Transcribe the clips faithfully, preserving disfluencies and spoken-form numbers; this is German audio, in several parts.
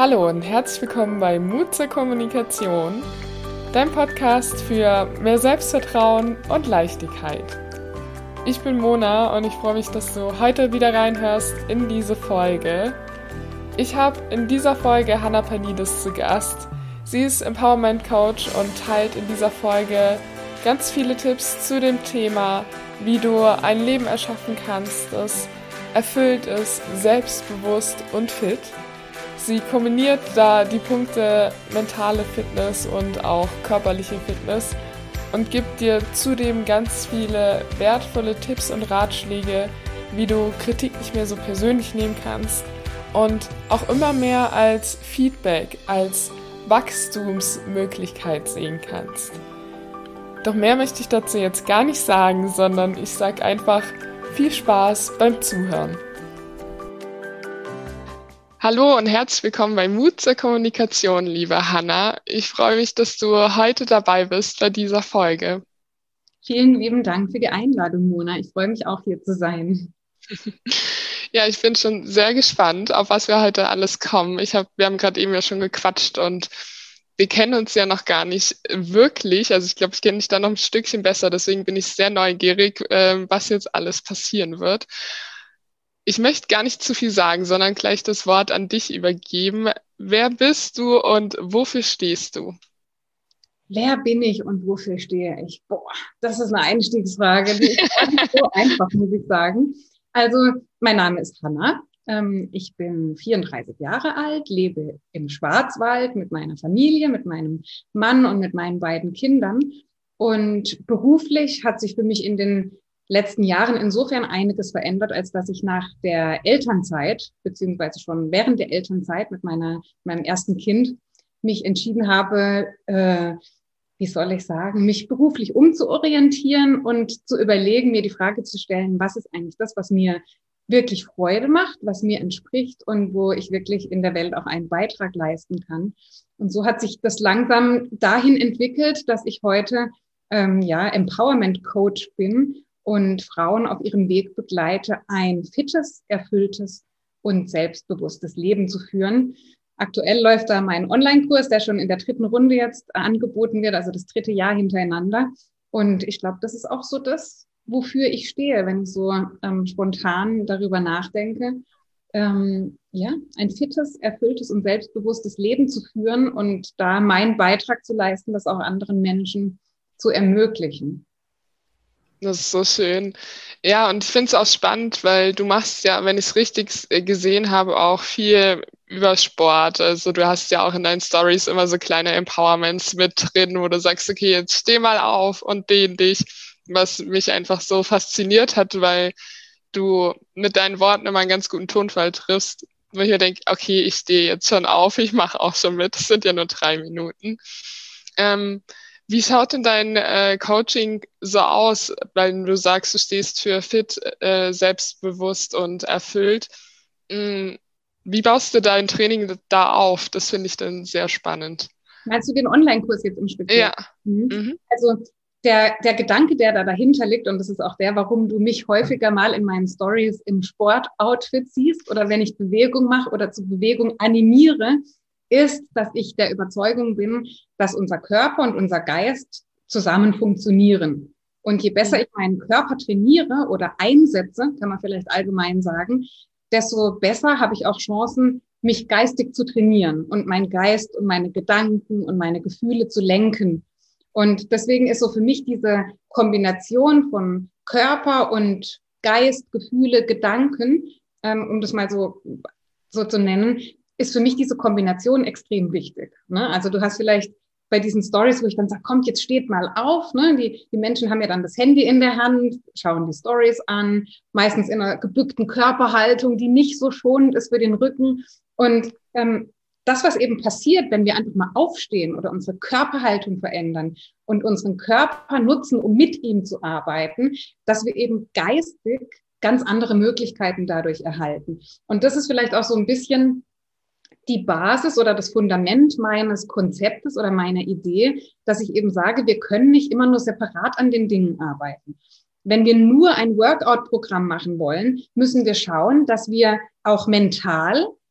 Hallo und herzlich willkommen bei Mut zur Kommunikation, dein Podcast für mehr Selbstvertrauen und Leichtigkeit. Ich bin Mona und ich freue mich, dass du heute wieder reinhörst in diese Folge. Ich habe in dieser Folge Hannah Panidis zu Gast. Sie ist Empowerment Coach und teilt in dieser Folge ganz viele Tipps zu dem Thema, wie du ein Leben erschaffen kannst, das erfüllt ist, selbstbewusst und fit. Sie kombiniert da die Punkte mentale Fitness und auch körperliche Fitness und gibt dir zudem ganz viele wertvolle Tipps und Ratschläge, wie du Kritik nicht mehr so persönlich nehmen kannst und auch immer mehr als Feedback, als Wachstumsmöglichkeit sehen kannst. Doch mehr möchte ich dazu jetzt gar nicht sagen, sondern ich sage einfach viel Spaß beim Zuhören. Hallo und herzlich willkommen bei Mut zur Kommunikation, liebe Hannah. Ich freue mich, dass du heute dabei bist bei dieser Folge. Vielen lieben Dank für die Einladung, Mona. Ich freue mich auch, hier zu sein. Ja, ich bin schon sehr gespannt, auf was wir heute alles kommen. Ich hab, wir haben gerade eben ja schon gequatscht und wir kennen uns ja noch gar nicht wirklich. Also ich glaube, ich kenne dich da noch ein Stückchen besser. Deswegen bin ich sehr neugierig, äh, was jetzt alles passieren wird. Ich möchte gar nicht zu viel sagen, sondern gleich das Wort an dich übergeben. Wer bist du und wofür stehst du? Wer bin ich und wofür stehe ich? Boah, das ist eine Einstiegsfrage, die ist gar nicht so einfach, muss ich sagen. Also, mein Name ist Hannah. Ich bin vierunddreißig Jahre alt, lebe im Schwarzwald mit meiner Familie, mit meinem Mann und mit meinen beiden Kindern. Und beruflich hat sich für mich in den letzten Jahren insofern einiges verändert, als dass ich nach der Elternzeit, beziehungsweise schon während der Elternzeit mit meiner, meinem ersten Kind, mich entschieden habe, äh, wie soll ich sagen, mich beruflich umzuorientieren und zu überlegen, mir die Frage zu stellen, was ist eigentlich das, was mir wirklich Freude macht, was mir entspricht und wo ich wirklich in der Welt auch einen Beitrag leisten kann. Und so hat sich das langsam dahin entwickelt, dass ich heute ähm, ja Empowerment Coach bin und Frauen auf ihrem Weg begleite, ein fittes, erfülltes und selbstbewusstes Leben zu führen. Aktuell läuft da mein Online-Kurs, der schon in der dritten Runde jetzt angeboten wird, also das dritte Jahr hintereinander. Und ich glaube, das ist auch so das, wofür ich stehe, wenn ich so ähm, spontan darüber nachdenke. Ähm, ja, ein fittes, erfülltes und selbstbewusstes Leben zu führen und da meinen Beitrag zu leisten, das auch anderen Menschen zu ermöglichen. Das ist so schön. Ja, und ich finde es auch spannend, weil du machst ja, wenn ich es richtig gesehen habe, auch viel über Sport. Also du hast ja auch in deinen Stories immer so kleine Empowerments mit drin, wo du sagst, okay, jetzt steh mal auf und dehn dich, was mich einfach so fasziniert hat, weil du mit deinen Worten immer einen ganz guten Tonfall triffst, wo ich mir denke, okay, ich stehe jetzt schon auf, ich mache auch schon mit, das sind ja nur drei Minuten. Ähm, Wie schaut denn dein äh, Coaching so aus, wenn du sagst, du stehst für fit, äh, selbstbewusst und erfüllt? Mm, Wie baust du dein Training da auf? Das finde ich dann sehr spannend. Meinst du den Online-Kurs jetzt im Speziellen? Ja. Mhm. Mhm. Also der, der Gedanke, der da dahinter liegt, und das ist auch der, warum du mich häufiger mal in meinen Stories im Sportoutfit siehst oder wenn ich Bewegung mache oder zur Bewegung animiere, ist, dass ich der Überzeugung bin, dass unser Körper und unser Geist zusammen funktionieren. Und je besser ich meinen Körper trainiere oder einsetze, kann man vielleicht allgemein sagen, desto besser habe ich auch Chancen, mich geistig zu trainieren und meinen Geist und meine Gedanken und meine Gefühle zu lenken. Und deswegen ist so für mich diese Kombination von Körper und Geist, Gefühle, Gedanken, ähm, um das mal so, so zu nennen, ist für mich diese Kombination extrem wichtig. Ne? Also du hast vielleicht bei diesen Stories, wo ich dann sage, kommt, jetzt steht mal auf. Ne? Die, die Menschen haben ja dann das Handy in der Hand, schauen die Stories an, meistens in einer gebückten Körperhaltung, die nicht so schonend ist für den Rücken. Und ähm, das, was eben passiert, wenn wir einfach mal aufstehen oder unsere Körperhaltung verändern und unseren Körper nutzen, um mit ihm zu arbeiten, dass wir eben geistig ganz andere Möglichkeiten dadurch erhalten. Und das ist vielleicht auch so ein bisschen die Basis oder das Fundament meines Konzeptes oder meiner Idee, dass ich eben sage, wir können nicht immer nur separat an den Dingen arbeiten. Wenn wir nur ein Workout-Programm machen wollen, müssen wir schauen, dass wir auch mental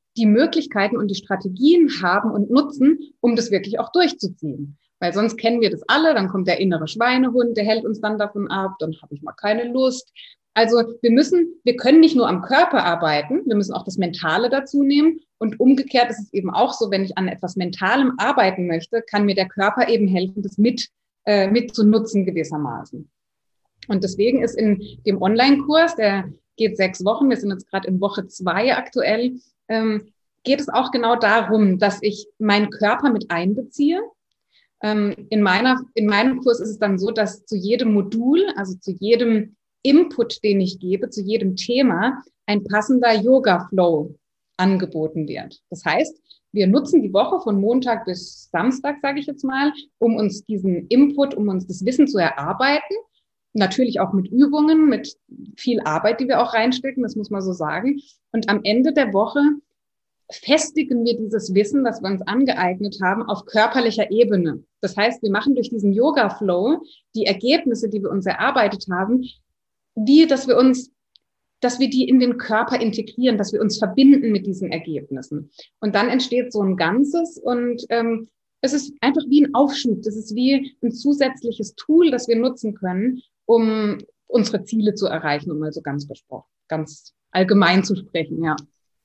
die Möglichkeiten und die Strategien haben und nutzen, um das wirklich auch durchzuziehen. Weil sonst kennen wir das alle, dann kommt der innere Schweinehund, der hält uns dann davon ab, dann habe ich mal keine Lust. Also wir müssen, wir können nicht nur am Körper arbeiten, wir müssen auch das Mentale dazu nehmen. Und umgekehrt ist es eben auch so, wenn ich an etwas Mentalem arbeiten möchte, kann mir der Körper eben helfen, das mit, äh, mit zu nutzen gewissermaßen. Und deswegen ist in dem Online-Kurs, der geht sechs Wochen, wir sind jetzt gerade in Woche zwei aktuell, ähm, geht es auch genau darum, dass ich meinen Körper mit einbeziehe. Ähm, in meiner, in meinem Kurs ist es dann so, dass zu jedem Modul, also zu jedem Input, den ich gebe, zu jedem Thema, ein passender Yoga-Flow angeboten wird. Das heißt, wir nutzen die Woche von Montag bis Samstag, sage ich jetzt mal, um uns diesen Input, um uns das Wissen zu erarbeiten. Natürlich auch mit Übungen, mit viel Arbeit, die wir auch reinstecken, das muss man so sagen. Und am Ende der Woche festigen wir dieses Wissen, das wir uns angeeignet haben, auf körperlicher Ebene. Das heißt, wir machen durch diesen Yoga-Flow die Ergebnisse, die wir uns erarbeitet haben, wie, dass wir uns, dass wir die in den Körper integrieren, dass wir uns verbinden mit diesen Ergebnissen. Und dann entsteht so ein Ganzes und ähm, es ist einfach wie ein Aufschub. Das ist wie ein zusätzliches Tool, das wir nutzen können, um unsere Ziele zu erreichen, um mal so ganz besprochen, ganz allgemein zu sprechen, ja.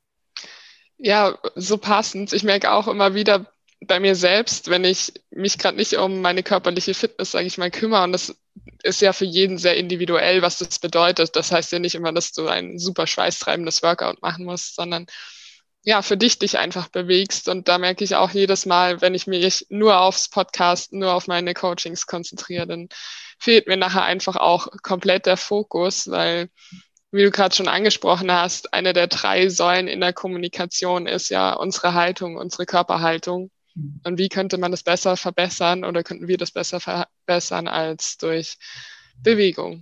Ja, so passend. Ich merke auch immer wieder bei mir selbst, wenn ich mich gerade nicht um meine körperliche Fitness, sage ich mal, kümmere, und das ist ja für jeden sehr individuell, was das bedeutet. Das heißt ja nicht immer, dass du ein super schweißtreibendes Workout machen musst, sondern ja, für dich dich einfach bewegst. Und da merke ich auch jedes Mal, wenn ich mich nur aufs Podcast, nur auf meine Coachings konzentriere, dann fehlt mir nachher einfach auch komplett der Fokus, weil, wie du gerade schon angesprochen hast, eine der drei Säulen in der Kommunikation ist ja unsere Haltung, unsere Körperhaltung. Und wie könnte man das besser verbessern oder könnten wir das besser verbessern als durch Bewegung?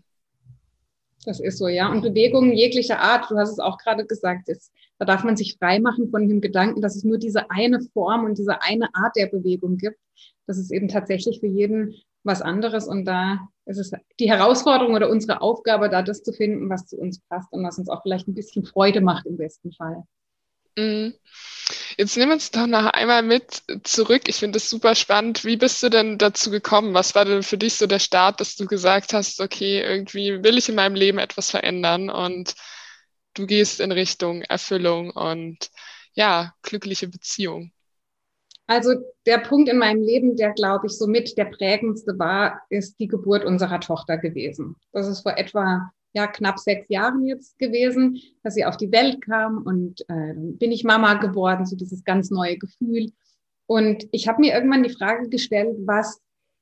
Das ist so, ja. Und Bewegung jeglicher Art, du hast es auch gerade gesagt, ist, da darf man sich frei machen von dem Gedanken, dass es nur diese eine Form und diese eine Art der Bewegung gibt. Das ist eben tatsächlich für jeden was anderes. Und da ist es die Herausforderung oder unsere Aufgabe, da das zu finden, was zu uns passt und was uns auch vielleicht ein bisschen Freude macht im besten Fall. Mhm. Jetzt nimm uns doch noch einmal mit zurück. Ich finde es super spannend. Wie bist du denn dazu gekommen? Was war denn für dich so der Start, dass du gesagt hast, okay, irgendwie will ich in meinem Leben etwas verändern und du gehst in Richtung Erfüllung und ja, glückliche Beziehung? Also der Punkt in meinem Leben, der, glaube ich, somit der prägendste war, ist die Geburt unserer Tochter gewesen. Das ist vor etwa ja knapp sechs Jahren jetzt gewesen, dass sie auf die Welt kam und äh, dann bin ich Mama geworden, so dieses ganz neue Gefühl. Und ich habe mir irgendwann die Frage gestellt, was,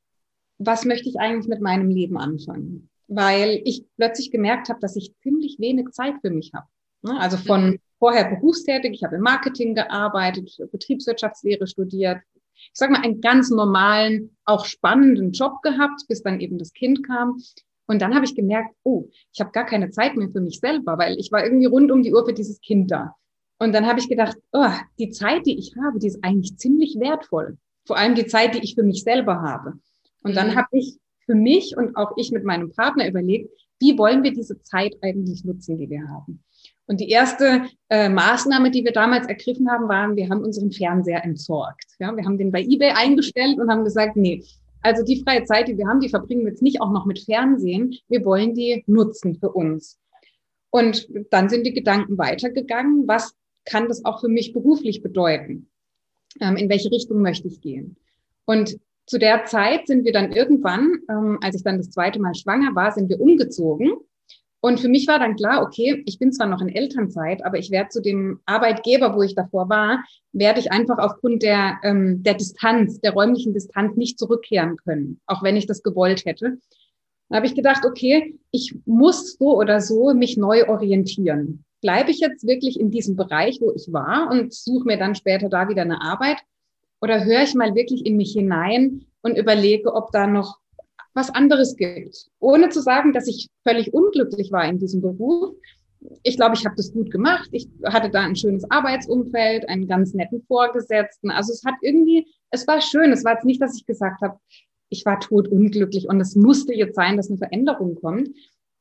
was möchte ich eigentlich mit meinem Leben anfangen? Weil ich plötzlich gemerkt habe, dass ich ziemlich wenig Zeit für mich habe. Also von vorher berufstätig, ich habe im Marketing gearbeitet, Betriebswirtschaftslehre studiert. Ich sage mal, einen ganz normalen, auch spannenden Job gehabt, bis dann eben das Kind kam. Und dann habe ich gemerkt, oh, ich habe gar keine Zeit mehr für mich selber, weil ich war irgendwie rund um die Uhr für dieses Kind da. Und dann habe ich gedacht, oh, die Zeit, die ich habe, die ist eigentlich ziemlich wertvoll. Vor allem die Zeit, die ich für mich selber habe. Und dann habe ich für mich und auch ich mit meinem Partner überlegt, wie wollen wir diese Zeit eigentlich nutzen, die wir haben? Und die erste äh, Maßnahme, die wir damals ergriffen haben, war, wir haben unseren Fernseher entsorgt. Ja, wir haben den bei eBay eingestellt und haben gesagt, nee, also die freie Zeit, die wir haben, die verbringen wir jetzt nicht auch noch mit Fernsehen. Wir wollen die nutzen für uns. Und dann sind die Gedanken weitergegangen. Was kann das auch für mich beruflich bedeuten? Ähm, in welche Richtung möchte ich gehen? Und zu der Zeit sind wir dann irgendwann, ähm, als ich dann das zweite Mal schwanger war, sind wir umgezogen. Und für mich war dann klar, okay, ich bin zwar noch in Elternzeit, aber ich werde zu dem Arbeitgeber, wo ich davor war, werde ich einfach aufgrund der, ähm, der Distanz, der räumlichen Distanz nicht zurückkehren können, auch wenn ich das gewollt hätte. Dann habe ich gedacht, okay, ich muss so oder so mich neu orientieren. Bleibe ich jetzt wirklich in diesem Bereich, wo ich war und suche mir dann später da wieder eine Arbeit? Oder höre ich mal wirklich in mich hinein und überlege, ob da noch was anderes gibt, ohne zu sagen, dass ich völlig unglücklich war in diesem Beruf. Ich glaube, ich habe das gut gemacht. Ich hatte da ein schönes Arbeitsumfeld, einen ganz netten Vorgesetzten. Also es hat irgendwie, es war schön. Es war jetzt nicht, dass ich gesagt habe, ich war totunglücklich und es musste jetzt sein, dass eine Veränderung kommt.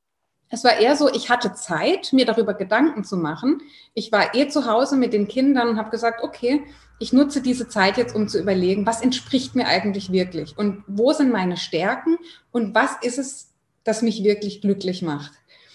Es war eher so, ich hatte Zeit, mir darüber Gedanken zu machen. Ich war eh zu Hause mit den Kindern und habe gesagt, okay, ich nutze diese Zeit jetzt, um zu überlegen, was entspricht mir eigentlich wirklich und wo sind meine Stärken und was ist es, das mich wirklich glücklich macht.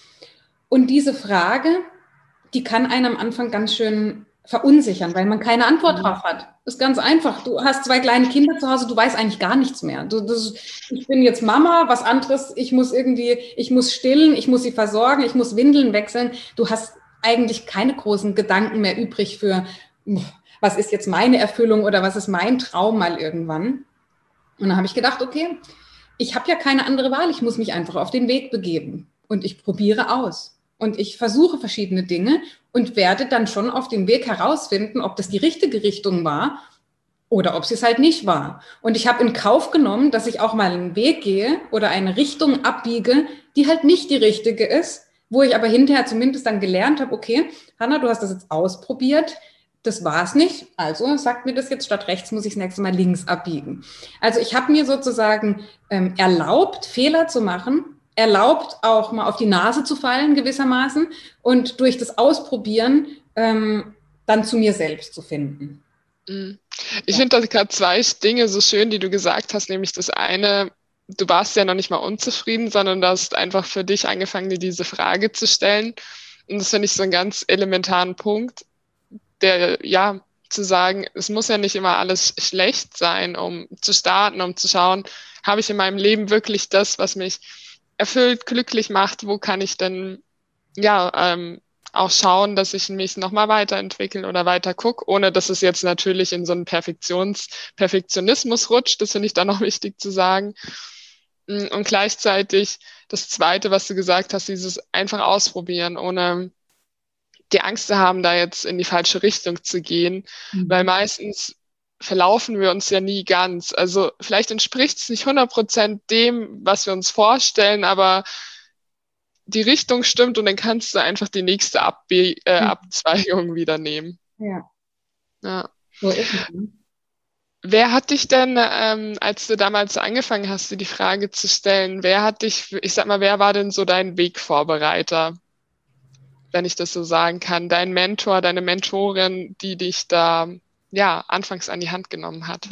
Und diese Frage, die kann einen am Anfang ganz schön verunsichern, weil man keine Antwort drauf hat. Das ist ganz einfach. Du hast zwei kleine Kinder zu Hause, du weißt eigentlich gar nichts mehr. Du, das, ich bin jetzt Mama, was anderes, ich muss irgendwie, ich muss stillen, ich muss sie versorgen, ich muss Windeln wechseln. Du hast eigentlich keine großen Gedanken mehr übrig für, was ist jetzt meine Erfüllung oder was ist mein Traum mal irgendwann. Und dann habe ich gedacht, okay, ich habe ja keine andere Wahl, ich muss mich einfach auf den Weg begeben und ich probiere aus. Und ich versuche verschiedene Dinge und werde dann schon auf dem Weg herausfinden, ob das die richtige Richtung war oder ob sie es halt nicht war. Und ich habe in Kauf genommen, dass ich auch mal einen Weg gehe oder eine Richtung abbiege, die halt nicht die richtige ist, wo ich aber hinterher zumindest dann gelernt habe, okay, Hanna, du hast das jetzt ausprobiert, das war es nicht, also sagt mir das jetzt, statt rechts muss ich das nächste Mal links abbiegen. Also ich habe mir sozusagen ähm, erlaubt, Fehler zu machen, erlaubt, auch mal auf die Nase zu fallen gewissermaßen und durch das Ausprobieren ähm, dann zu mir selbst zu finden. Ich finde da gerade zwei Dinge so schön, die du gesagt hast, nämlich das eine, du warst ja noch nicht mal unzufrieden, sondern du hast einfach für dich angefangen, dir diese Frage zu stellen. Und das finde ich so einen ganz elementaren Punkt, der, ja, zu sagen, es muss ja nicht immer alles schlecht sein, um zu starten, um zu schauen, habe ich in meinem Leben wirklich das, was mich erfüllt, glücklich macht, wo kann ich denn ja ähm, auch schauen, dass ich mich nochmal weiterentwickle oder weiter gucke, ohne dass es jetzt natürlich in so einen Perfektions Perfektionismus rutscht, das finde ich dann noch wichtig zu sagen. Und gleichzeitig das Zweite, was du gesagt hast, dieses einfach ausprobieren, ohne die Angst zu haben, da jetzt in die falsche Richtung zu gehen, mhm. weil meistens verlaufen wir uns ja nie ganz. Also vielleicht entspricht es nicht hundert Prozent dem, was wir uns vorstellen, aber die Richtung stimmt und dann kannst du einfach die nächste Abbe äh, Abzweigung wieder nehmen. Ja. Ja. So ist es. Ne? Wer hat dich denn, ähm, als du damals angefangen hast, dir die Frage zu stellen, wer hat dich, ich sag mal, wer war denn so dein Wegvorbereiter, wenn ich das so sagen kann, dein Mentor, deine Mentorin, die dich da ja, anfangs an die Hand genommen hat?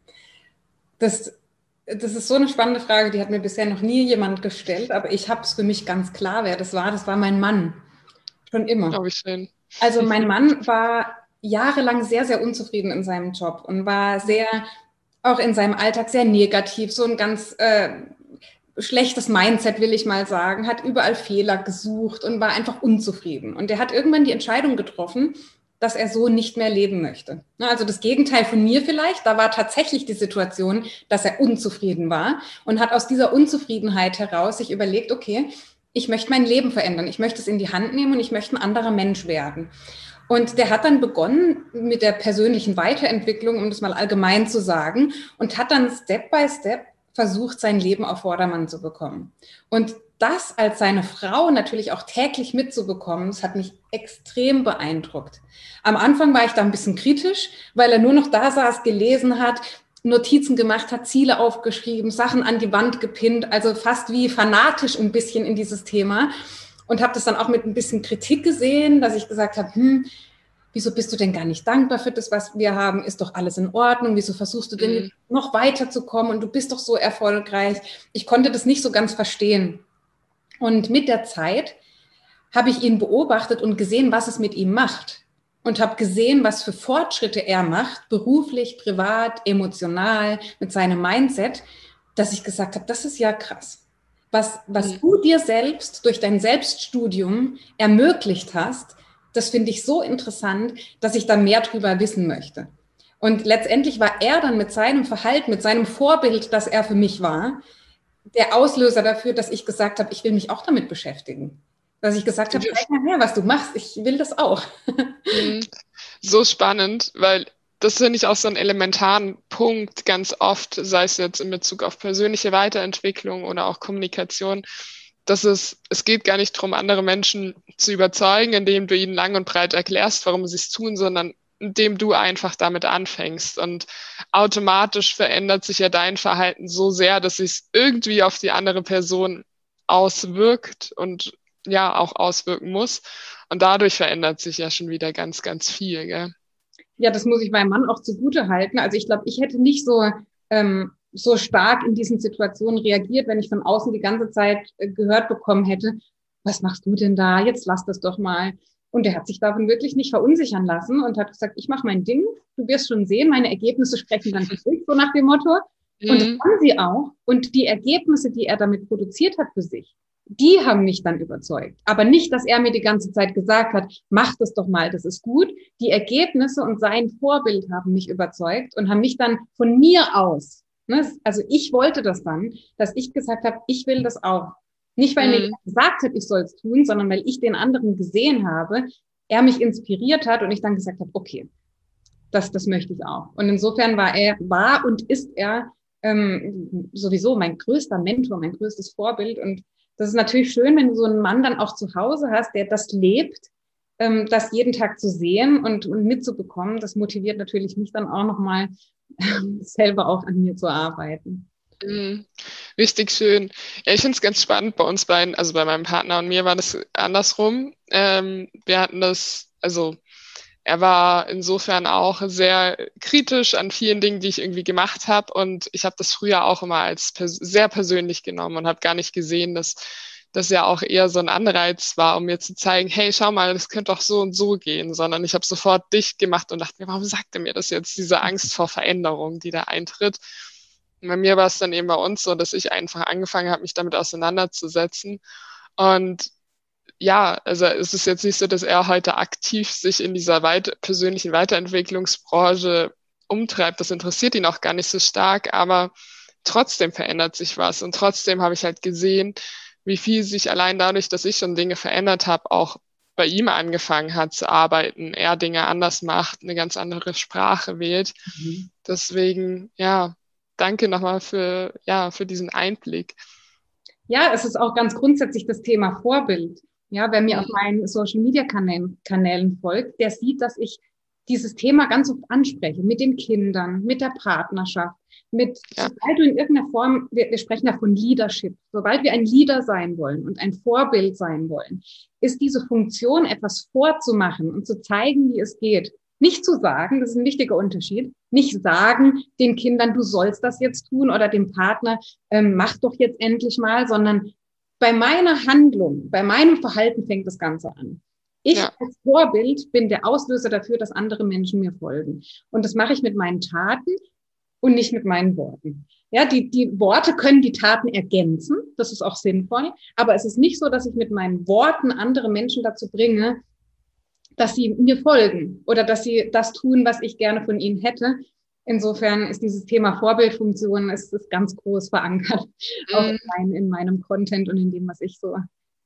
Das, das ist so eine spannende Frage, die hat mir bisher noch nie jemand gestellt, aber ich habe es für mich ganz klar, wer das war. Das war mein Mann. Schon immer. Oh, wie schön. Also mein Mann war jahrelang sehr, sehr unzufrieden in seinem Job und war sehr, auch in seinem Alltag sehr negativ, so ein ganz äh, schlechtes Mindset, will ich mal sagen, hat überall Fehler gesucht und war einfach unzufrieden. Und er hat irgendwann die Entscheidung getroffen, dass er so nicht mehr leben möchte. Also das Gegenteil von mir vielleicht, da war tatsächlich die Situation, dass er unzufrieden war und hat aus dieser Unzufriedenheit heraus sich überlegt, okay, ich möchte mein Leben verändern, ich möchte es in die Hand nehmen und ich möchte ein anderer Mensch werden. Und der hat dann begonnen mit der persönlichen Weiterentwicklung, um das mal allgemein zu sagen, und hat dann Step by Step versucht, sein Leben auf Vordermann zu bekommen. Und das als seine Frau natürlich auch täglich mitzubekommen, das hat mich extrem beeindruckt. Am Anfang war ich da ein bisschen kritisch, weil er nur noch da saß, gelesen hat, Notizen gemacht hat, Ziele aufgeschrieben, Sachen an die Wand gepinnt, also fast wie fanatisch ein bisschen in dieses Thema. Und habe das dann auch mit ein bisschen Kritik gesehen, dass ich gesagt habe, hm, wieso bist du denn gar nicht dankbar für das, was wir haben? Ist doch alles in Ordnung? Wieso versuchst du denn mhm. noch weiterzukommen? Und du bist doch so erfolgreich. Ich konnte das nicht so ganz verstehen. Und mit der Zeit habe ich ihn beobachtet und gesehen, was es mit ihm macht. Und habe gesehen, was für Fortschritte er macht, beruflich, privat, emotional, mit seinem Mindset, dass ich gesagt habe, das ist ja krass. Was, was du dir selbst durch dein Selbststudium ermöglicht hast, das finde ich so interessant, dass ich da mehr drüber wissen möchte. Und letztendlich war er dann mit seinem Verhalten, mit seinem Vorbild, das er für mich war, der Auslöser dafür, dass ich gesagt habe, ich will mich auch damit beschäftigen. Dass ich gesagt habe, zeig mal her, was du machst, ich will das auch. So spannend, weil das finde ich auch so einen elementaren Punkt ganz oft, sei es jetzt in Bezug auf persönliche Weiterentwicklung oder auch Kommunikation, dass es, es geht gar nicht darum, andere Menschen zu überzeugen, indem du ihnen lang und breit erklärst, warum sie es tun, sondern indem du einfach damit anfängst. Und automatisch verändert sich ja dein Verhalten so sehr, dass es irgendwie auf die andere Person auswirkt und ja auch auswirken muss. Und dadurch verändert sich ja schon wieder ganz, ganz viel, gell? Ja, das muss ich meinem Mann auch zugute halten. Also ich glaube, ich hätte nicht so, ähm, so stark in diesen Situationen reagiert, wenn ich von außen die ganze Zeit äh, gehört bekommen hätte, was machst du denn da? Jetzt lass das doch mal. Und er hat sich davon wirklich nicht verunsichern lassen und hat gesagt, ich mache mein Ding, du wirst schon sehen, meine Ergebnisse sprechen dann für sich, so nach dem Motto. Und das Mhm. haben sie auch. Und die Ergebnisse, die er damit produziert hat für sich, die haben mich dann überzeugt. Aber nicht, dass er mir die ganze Zeit gesagt hat, mach das doch mal, das ist gut. Die Ergebnisse und sein Vorbild haben mich überzeugt und haben mich dann von mir aus, ne, also ich wollte das dann, dass ich gesagt habe, ich will das auch. Nicht, weil mir Mhm. jemand gesagt hat, ich soll es tun, sondern weil ich den anderen gesehen habe, er mich inspiriert hat und ich dann gesagt habe, okay, das, das möchte ich auch. Und insofern war er, war und ist er ähm, sowieso mein größter Mentor, mein größtes Vorbild. Und das ist natürlich schön, wenn du so einen Mann dann auch zu Hause hast, der das lebt, ähm, das jeden Tag zu sehen und, und mitzubekommen. Das motiviert natürlich mich dann auch nochmal, ähm, selber auch an mir zu arbeiten. Mhm. Richtig schön. Ja, ich finde es ganz spannend bei uns beiden, also bei meinem Partner und mir war das andersrum. Ähm, wir hatten das, also er war insofern auch sehr kritisch an vielen Dingen, die ich irgendwie gemacht habe. Und ich habe das früher auch immer als pers sehr persönlich genommen und habe gar nicht gesehen, dass das ja auch eher so ein Anreiz war, um mir zu zeigen, hey, schau mal, das könnte doch so und so gehen, sondern ich habe sofort dicht gemacht und dachte mir, warum sagt er mir das jetzt, diese Angst vor Veränderung, die da eintritt. Und bei mir war es dann eben bei uns so, dass ich einfach angefangen habe, mich damit auseinanderzusetzen. Und ja, also es ist jetzt nicht so, dass er heute aktiv sich in dieser weit persönlichen Weiterentwicklungsbranche umtreibt. Das interessiert ihn auch gar nicht so stark, aber trotzdem verändert sich was. Und trotzdem habe ich halt gesehen, wie viel sich allein dadurch, dass ich schon Dinge verändert habe, auch bei ihm angefangen hat zu arbeiten, er Dinge anders macht, eine ganz andere Sprache wählt. Mhm. Deswegen, ja, danke nochmal für, ja, für diesen Einblick. Ja, es ist auch ganz grundsätzlich das Thema Vorbild. Ja, wer mir auf Mhm. meinen Social Media Kanälen, Kanälen folgt, der sieht, dass ich dieses Thema ganz oft anspreche, mit den Kindern, mit der Partnerschaft, mit, Ja, sobald du in irgendeiner Form, wir, wir sprechen ja von Leadership, sobald wir ein Leader sein wollen und ein Vorbild sein wollen, ist diese Funktion, etwas vorzumachen und zu zeigen, wie es geht. Nicht zu sagen, das ist ein wichtiger Unterschied, nicht sagen den Kindern, du sollst das jetzt tun oder dem Partner, ähm, mach doch jetzt endlich mal, sondern bei meiner Handlung, bei meinem Verhalten fängt das Ganze an. Ich ja, als Vorbild bin der Auslöser dafür, dass andere Menschen mir folgen. Und das mache ich mit meinen Taten und nicht mit meinen Worten. Ja, die, die Worte können die Taten ergänzen. Das ist auch sinnvoll. Aber es ist nicht so, dass ich mit meinen Worten andere Menschen dazu bringe, dass sie mir folgen oder dass sie das tun, was ich gerne von ihnen hätte. Insofern ist dieses Thema Vorbildfunktion ist, ist ganz groß verankert, auch in, mhm, mein, in meinem Content und in dem, was ich so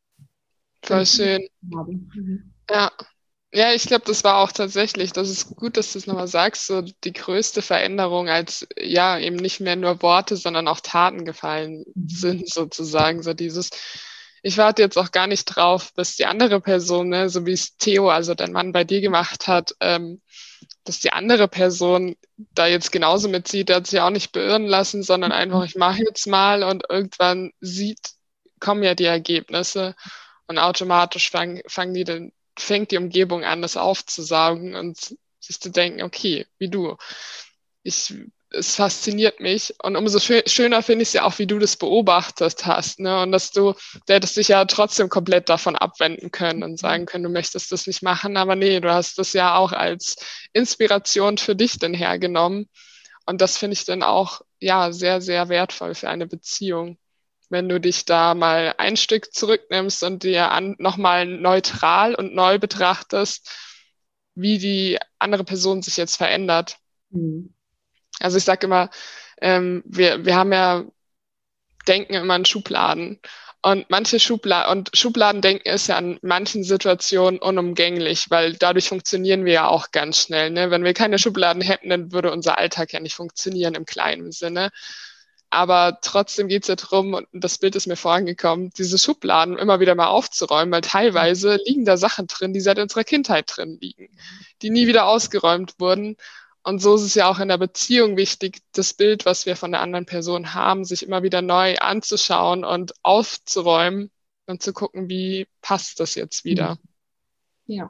voll von schön. habe. Mhm. Ja. Ja, ich glaube, das war auch tatsächlich, das ist gut, dass du es nochmal sagst, so die größte Veränderung, als ja eben nicht mehr nur Worte, sondern auch Taten gefallen Mhm. sind, sozusagen. So dieses, ich warte jetzt auch gar nicht drauf, bis die andere Person, ne, so wie es Theo, also dein Mann bei dir gemacht hat, ähm, dass die andere Person da jetzt genauso mitzieht, der hat sich auch nicht beirren lassen, sondern einfach, ich mache jetzt mal und irgendwann sieht, kommen ja die Ergebnisse und automatisch fangen, fangen die dann fängt die Umgebung an, das aufzusaugen und sich zu denken, okay, wie du. Ich, es fasziniert mich und umso schö schöner finde ich es ja auch, wie du das beobachtet hast, ne? Und dass du, der hättest dich ja trotzdem komplett davon abwenden können und sagen können, du möchtest das nicht machen, aber nee, du hast das ja auch als Inspiration für dich dann hergenommen. Und das finde ich dann auch, ja, sehr, sehr wertvoll für eine Beziehung, wenn du dich da mal ein Stück zurücknimmst und dir an, nochmal neutral und neu betrachtest, wie die andere Person sich jetzt verändert. Mhm. Also ich sage immer, ähm, wir, wir haben ja Denken immer in Schubladen. Und manche Schubladen und Schubladendenken ist ja in manchen Situationen unumgänglich, weil dadurch funktionieren wir ja auch ganz schnell. Ne? Wenn wir keine Schubladen hätten, dann würde unser Alltag ja nicht funktionieren im kleinen Sinne. Aber trotzdem geht es ja darum, und das Bild ist mir vorangekommen, diese Schubladen immer wieder mal aufzuräumen, weil teilweise liegen da Sachen drin, die seit unserer Kindheit drin liegen, die nie wieder ausgeräumt wurden. Und so ist es ja auch in der Beziehung wichtig, das Bild, was wir von der anderen Person haben, sich immer wieder neu anzuschauen und aufzuräumen, und zu gucken, wie passt das jetzt wieder. Ja.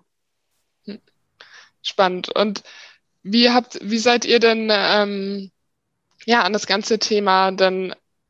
Spannend. Und wie habt, wie seid ihr denn ähm, ja an das ganze Thema dann,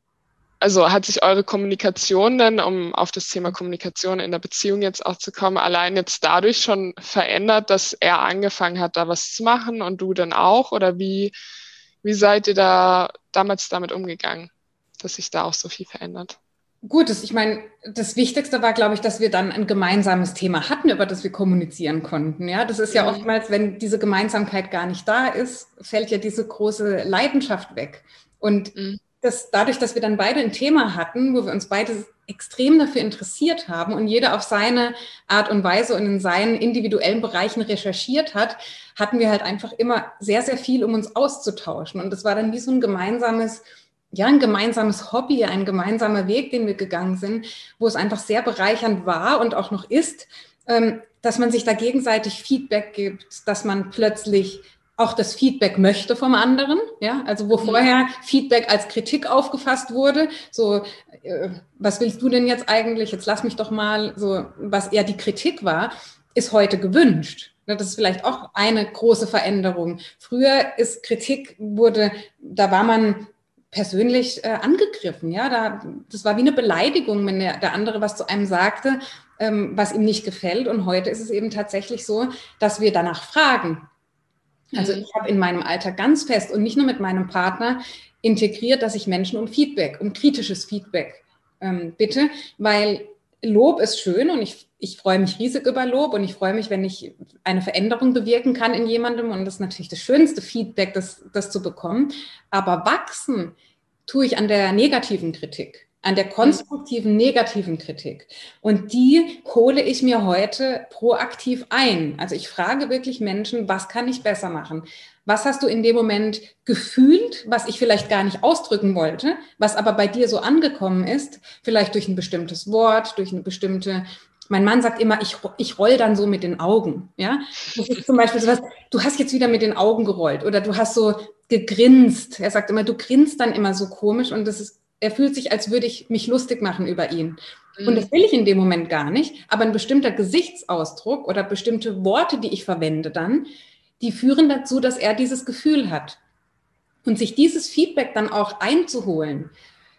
also hat sich eure Kommunikation denn, um auf das Thema Kommunikation in der Beziehung jetzt auch zu kommen, allein jetzt dadurch schon verändert, dass er angefangen hat, da was zu machen und du dann auch? Oder wie, wie seid ihr da damals damit umgegangen, dass sich da auch so viel verändert? Gut, das, ich meine, das Wichtigste war, glaube ich, dass wir dann ein gemeinsames Thema hatten, über das wir kommunizieren konnten. Ja, das ist ja Mhm. oftmals, wenn diese Gemeinsamkeit gar nicht da ist, fällt ja diese große Leidenschaft weg. Und Mhm. das, dadurch, dass wir dann beide ein Thema hatten, wo wir uns beide extrem dafür interessiert haben und jeder auf seine Art und Weise und in seinen individuellen Bereichen recherchiert hat, hatten wir halt einfach immer sehr, sehr viel, um uns auszutauschen. Und das war dann wie so ein gemeinsames ja, ein gemeinsames Hobby, ein gemeinsamer Weg, den wir gegangen sind, wo es einfach sehr bereichernd war und auch noch ist, ähm, dass man sich da gegenseitig Feedback gibt, dass man plötzlich auch das Feedback möchte vom anderen, ja, also wo mhm. vorher Feedback als Kritik aufgefasst wurde, so, äh, was willst du denn jetzt eigentlich, jetzt lass mich doch mal, so, was eher die Kritik war, ist heute gewünscht. Das ist vielleicht auch eine große Veränderung. Früher ist Kritik, wurde, da war man persönlich äh, angegriffen, ja, da, das war wie eine Beleidigung, wenn der, der andere was zu einem sagte, ähm, was ihm nicht gefällt. Und heute ist es eben tatsächlich so, dass wir danach fragen. Also ich habe in meinem Alltag ganz fest und nicht nur mit meinem Partner integriert, dass ich Menschen um Feedback, um kritisches Feedback ähm, bitte, weil Lob ist schön und ich, ich freue mich riesig über Lob und ich freue mich, wenn ich eine Veränderung bewirken kann in jemandem und das ist natürlich das schönste Feedback, das, das zu bekommen. Aber wachsen tue ich an der negativen Kritik, an der konstruktiven negativen Kritik. Und die hole ich mir heute proaktiv ein. Also ich frage wirklich Menschen, was kann ich besser machen? Was hast du in dem Moment gefühlt, was ich vielleicht gar nicht ausdrücken wollte, was aber bei dir so angekommen ist, vielleicht durch ein bestimmtes Wort, durch eine bestimmte, mein Mann sagt immer, ich, ich roll dann so mit den Augen, ja. Das ist zum Beispiel sowas, du hast jetzt wieder mit den Augen gerollt oder du hast so gegrinst. Er sagt immer, du grinst dann immer so komisch und das ist, er fühlt sich, als würde ich mich lustig machen über ihn. Mhm. Und das will ich in dem Moment gar nicht, aber ein bestimmter Gesichtsausdruck oder bestimmte Worte, die ich verwende dann, die führen dazu, dass er dieses Gefühl hat. Und sich dieses Feedback dann auch einzuholen,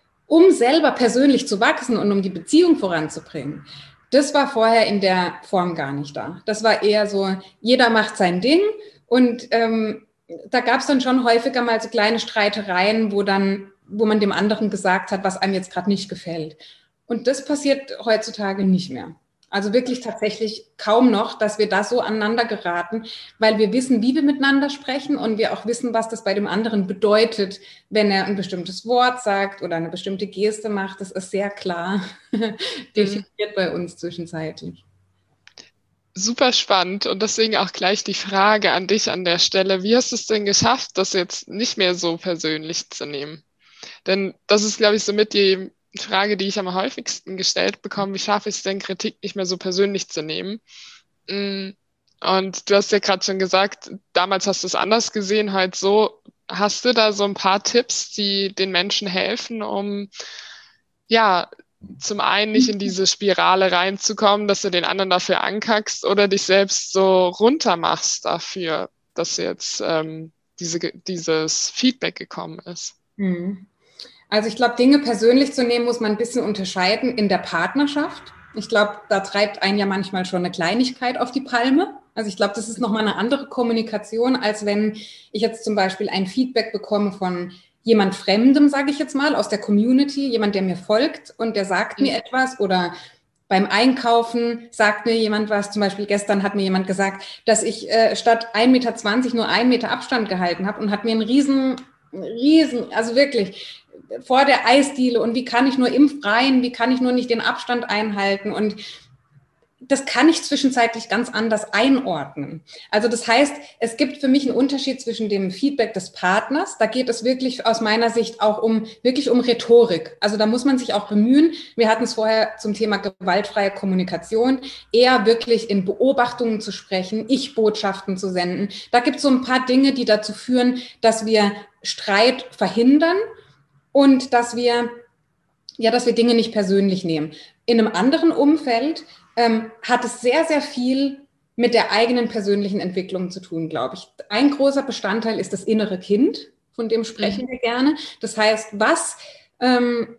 um selber persönlich zu wachsen und um die Beziehung voranzubringen, das war vorher in der Form gar nicht da. Das war eher so, jeder macht sein Ding und ähm, da gab es dann schon häufiger mal so kleine Streitereien, wo dann, wo man dem anderen gesagt hat, was einem jetzt gerade nicht gefällt. Und das passiert heutzutage nicht mehr. Also wirklich tatsächlich kaum noch, dass wir da so aneinander geraten, weil wir wissen, wie wir miteinander sprechen und wir auch wissen, was das bei dem anderen bedeutet, wenn er ein bestimmtes Wort sagt oder eine bestimmte Geste macht. Das ist sehr klar definiert bei uns zwischenzeitlich. Super spannend und deswegen auch gleich die Frage an dich an der Stelle. Wie hast du es denn geschafft, das jetzt nicht mehr so persönlich zu nehmen? Denn das ist, glaube ich, somit die Frage, die ich am häufigsten gestellt bekomme. Wie schaffe ich es denn, Kritik nicht mehr so persönlich zu nehmen? Und du hast ja gerade schon gesagt, damals hast du es anders gesehen, heute so. Hast du da so ein paar Tipps, die den Menschen helfen, um ja zum einen nicht in diese Spirale reinzukommen, dass du den anderen dafür ankackst oder dich selbst so runter machst dafür, dass jetzt ähm, diese, dieses Feedback gekommen ist? Also ich glaube, Dinge persönlich zu nehmen, muss man ein bisschen unterscheiden in der Partnerschaft. Ich glaube, da treibt einen ja manchmal schon eine Kleinigkeit auf die Palme. Also ich glaube, das ist nochmal eine andere Kommunikation, als wenn ich jetzt zum Beispiel ein Feedback bekomme von jemand Fremdem, sage ich jetzt mal, aus der Community, jemand, der mir folgt und der sagt mhm. mir etwas oder beim Einkaufen sagt mir jemand was, zum Beispiel gestern hat mir jemand gesagt, dass ich äh, statt ein Meter zwanzig nur einen Meter Abstand gehalten habe und hat mir einen riesen, riesen, also wirklich vor der Eisdiele und wie kann ich nur im Freien, wie kann ich nur nicht den Abstand einhalten und das kann ich zwischenzeitlich ganz anders einordnen. Also das heißt, es gibt für mich einen Unterschied zwischen dem Feedback des Partners. Da geht es wirklich aus meiner Sicht auch um, wirklich um Rhetorik. Also da muss man sich auch bemühen. Wir hatten es vorher zum Thema gewaltfreie Kommunikation, eher wirklich in Beobachtungen zu sprechen, Ich-Botschaften zu senden. Da gibt es so ein paar Dinge, die dazu führen, dass wir Streit verhindern und dass wir ja, dass wir Dinge nicht persönlich nehmen. In einem anderen Umfeld ähm, hat es sehr, sehr viel mit der eigenen persönlichen Entwicklung zu tun, glaube ich. Ein großer Bestandteil ist das innere Kind, von dem sprechen mhm. wir gerne. Das heißt, was, ähm,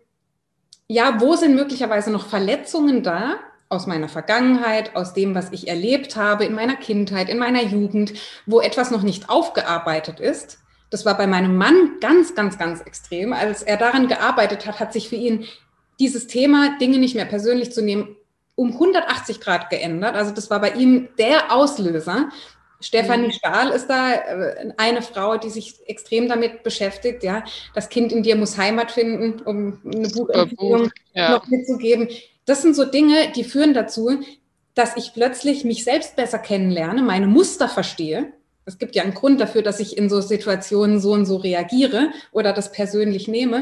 ja, wo sind möglicherweise noch Verletzungen da aus meiner Vergangenheit, aus dem, was ich erlebt habe in meiner Kindheit, in meiner Jugend, wo etwas noch nicht aufgearbeitet ist. Das war bei meinem Mann ganz, ganz, ganz extrem. Als er daran gearbeitet hat, hat sich für ihn dieses Thema, Dinge nicht mehr persönlich zu nehmen, um hundertachtzig Grad geändert. Also das war bei ihm der Auslöser. Stefanie mhm. Stahl ist da eine Frau, die sich extrem damit beschäftigt. Ja, das Kind in dir muss Heimat finden, um eine Buchempfehlung Buch. ja. noch mitzugeben. Das sind so Dinge, die führen dazu, dass ich plötzlich mich selbst besser kennenlerne, meine Muster verstehe. Es gibt ja einen Grund dafür, dass ich in so Situationen so und so reagiere oder das persönlich nehme.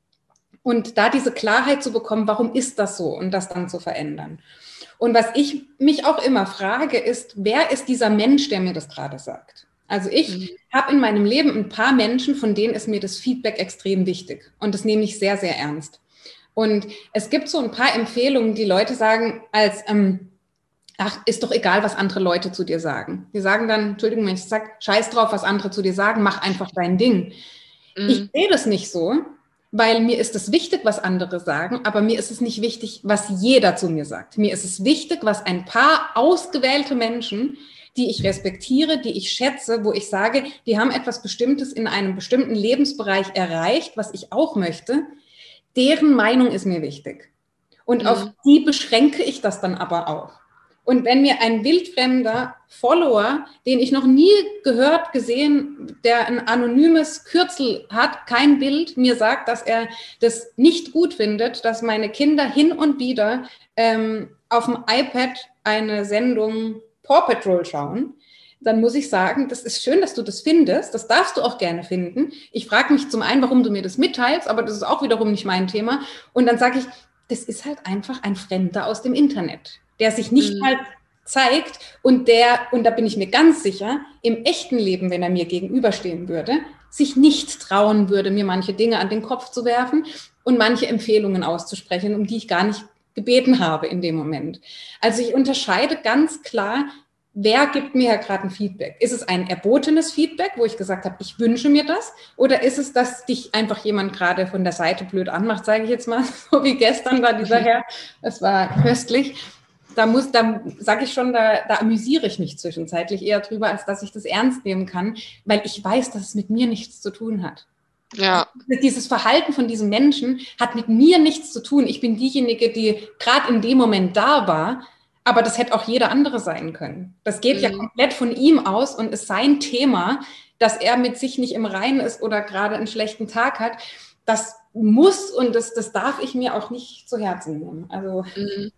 Und da diese Klarheit zu bekommen, warum ist das so und das dann zu verändern. Und was ich mich auch immer frage, ist, wer ist dieser Mensch, der mir das gerade sagt? Also ich mhm. habe in meinem Leben ein paar Menschen, von denen ist mir das Feedback extrem wichtig. Und das nehme ich sehr, sehr ernst. Und es gibt so ein paar Empfehlungen, die Leute sagen als... Ähm, ach, ist doch egal, was andere Leute zu dir sagen. Die sagen dann, Entschuldigung, wenn ich sage, scheiß drauf, was andere zu dir sagen, mach einfach dein Ding. Mhm. Ich sehe das nicht so, weil mir ist es wichtig, was andere sagen, aber mir ist es nicht wichtig, was jeder zu mir sagt. Mir ist es wichtig, was ein paar ausgewählte Menschen, die ich respektiere, die ich schätze, wo ich sage, die haben etwas Bestimmtes in einem bestimmten Lebensbereich erreicht, was ich auch möchte, deren Meinung ist mir wichtig. Und mhm. auf die beschränke ich das dann aber auch. Und wenn mir ein wildfremder Follower, den ich noch nie gehört, gesehen, der ein anonymes Kürzel hat, kein Bild, mir sagt, dass er das nicht gut findet, dass meine Kinder hin und wieder ähm, auf dem iPad eine Sendung Paw Patrol schauen, dann muss ich sagen, das ist schön, dass du das findest, das darfst du auch gerne finden. Ich frage mich zum einen, warum du mir das mitteilst, aber das ist auch wiederum nicht mein Thema. Und dann sage ich, das ist halt einfach ein Fremder aus dem Internet, der sich nicht mhm. halt zeigt und der, und da bin ich mir ganz sicher, im echten Leben, wenn er mir gegenüberstehen würde, sich nicht trauen würde, mir manche Dinge an den Kopf zu werfen und manche Empfehlungen auszusprechen, um die ich gar nicht gebeten habe in dem Moment. Also ich unterscheide ganz klar, wer gibt mir ja gerade ein Feedback? Ist es ein erbotenes Feedback, wo ich gesagt habe, ich wünsche mir das? Oder ist es, dass dich einfach jemand gerade von der Seite blöd anmacht, sage ich jetzt mal, so wie gestern war dieser Herr, das war köstlich. Da muss, da sage ich schon, da, da amüsiere ich mich zwischenzeitlich eher drüber, als dass ich das ernst nehmen kann, weil ich weiß, dass es mit mir nichts zu tun hat. Ja. Dieses Verhalten von diesem Menschen hat mit mir nichts zu tun. Ich bin diejenige, die gerade in dem Moment da war, aber das hätte auch jeder andere sein können. Das geht mhm. ja komplett von ihm aus und ist sein Thema, dass er mit sich nicht im Reinen ist oder gerade einen schlechten Tag hat. Das muss und das, das darf ich mir auch nicht zu Herzen nehmen. Also mhm.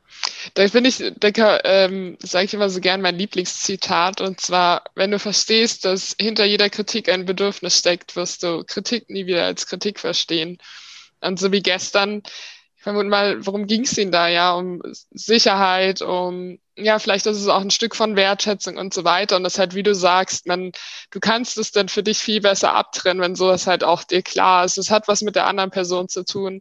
Da finde ich, denke, ähm, sage ich immer so gern mein Lieblingszitat, und zwar, wenn du verstehst, dass hinter jeder Kritik ein Bedürfnis steckt, wirst du Kritik nie wieder als Kritik verstehen. Und so wie gestern, ich vermute mal, worum ging es Ihnen da? Ja, um Sicherheit, um, ja, vielleicht ist es auch ein Stück von Wertschätzung und so weiter. Und das halt, wie du sagst, man, du kannst es dann für dich viel besser abtrennen, wenn sowas halt auch dir klar ist. Es hat was mit der anderen Person zu tun,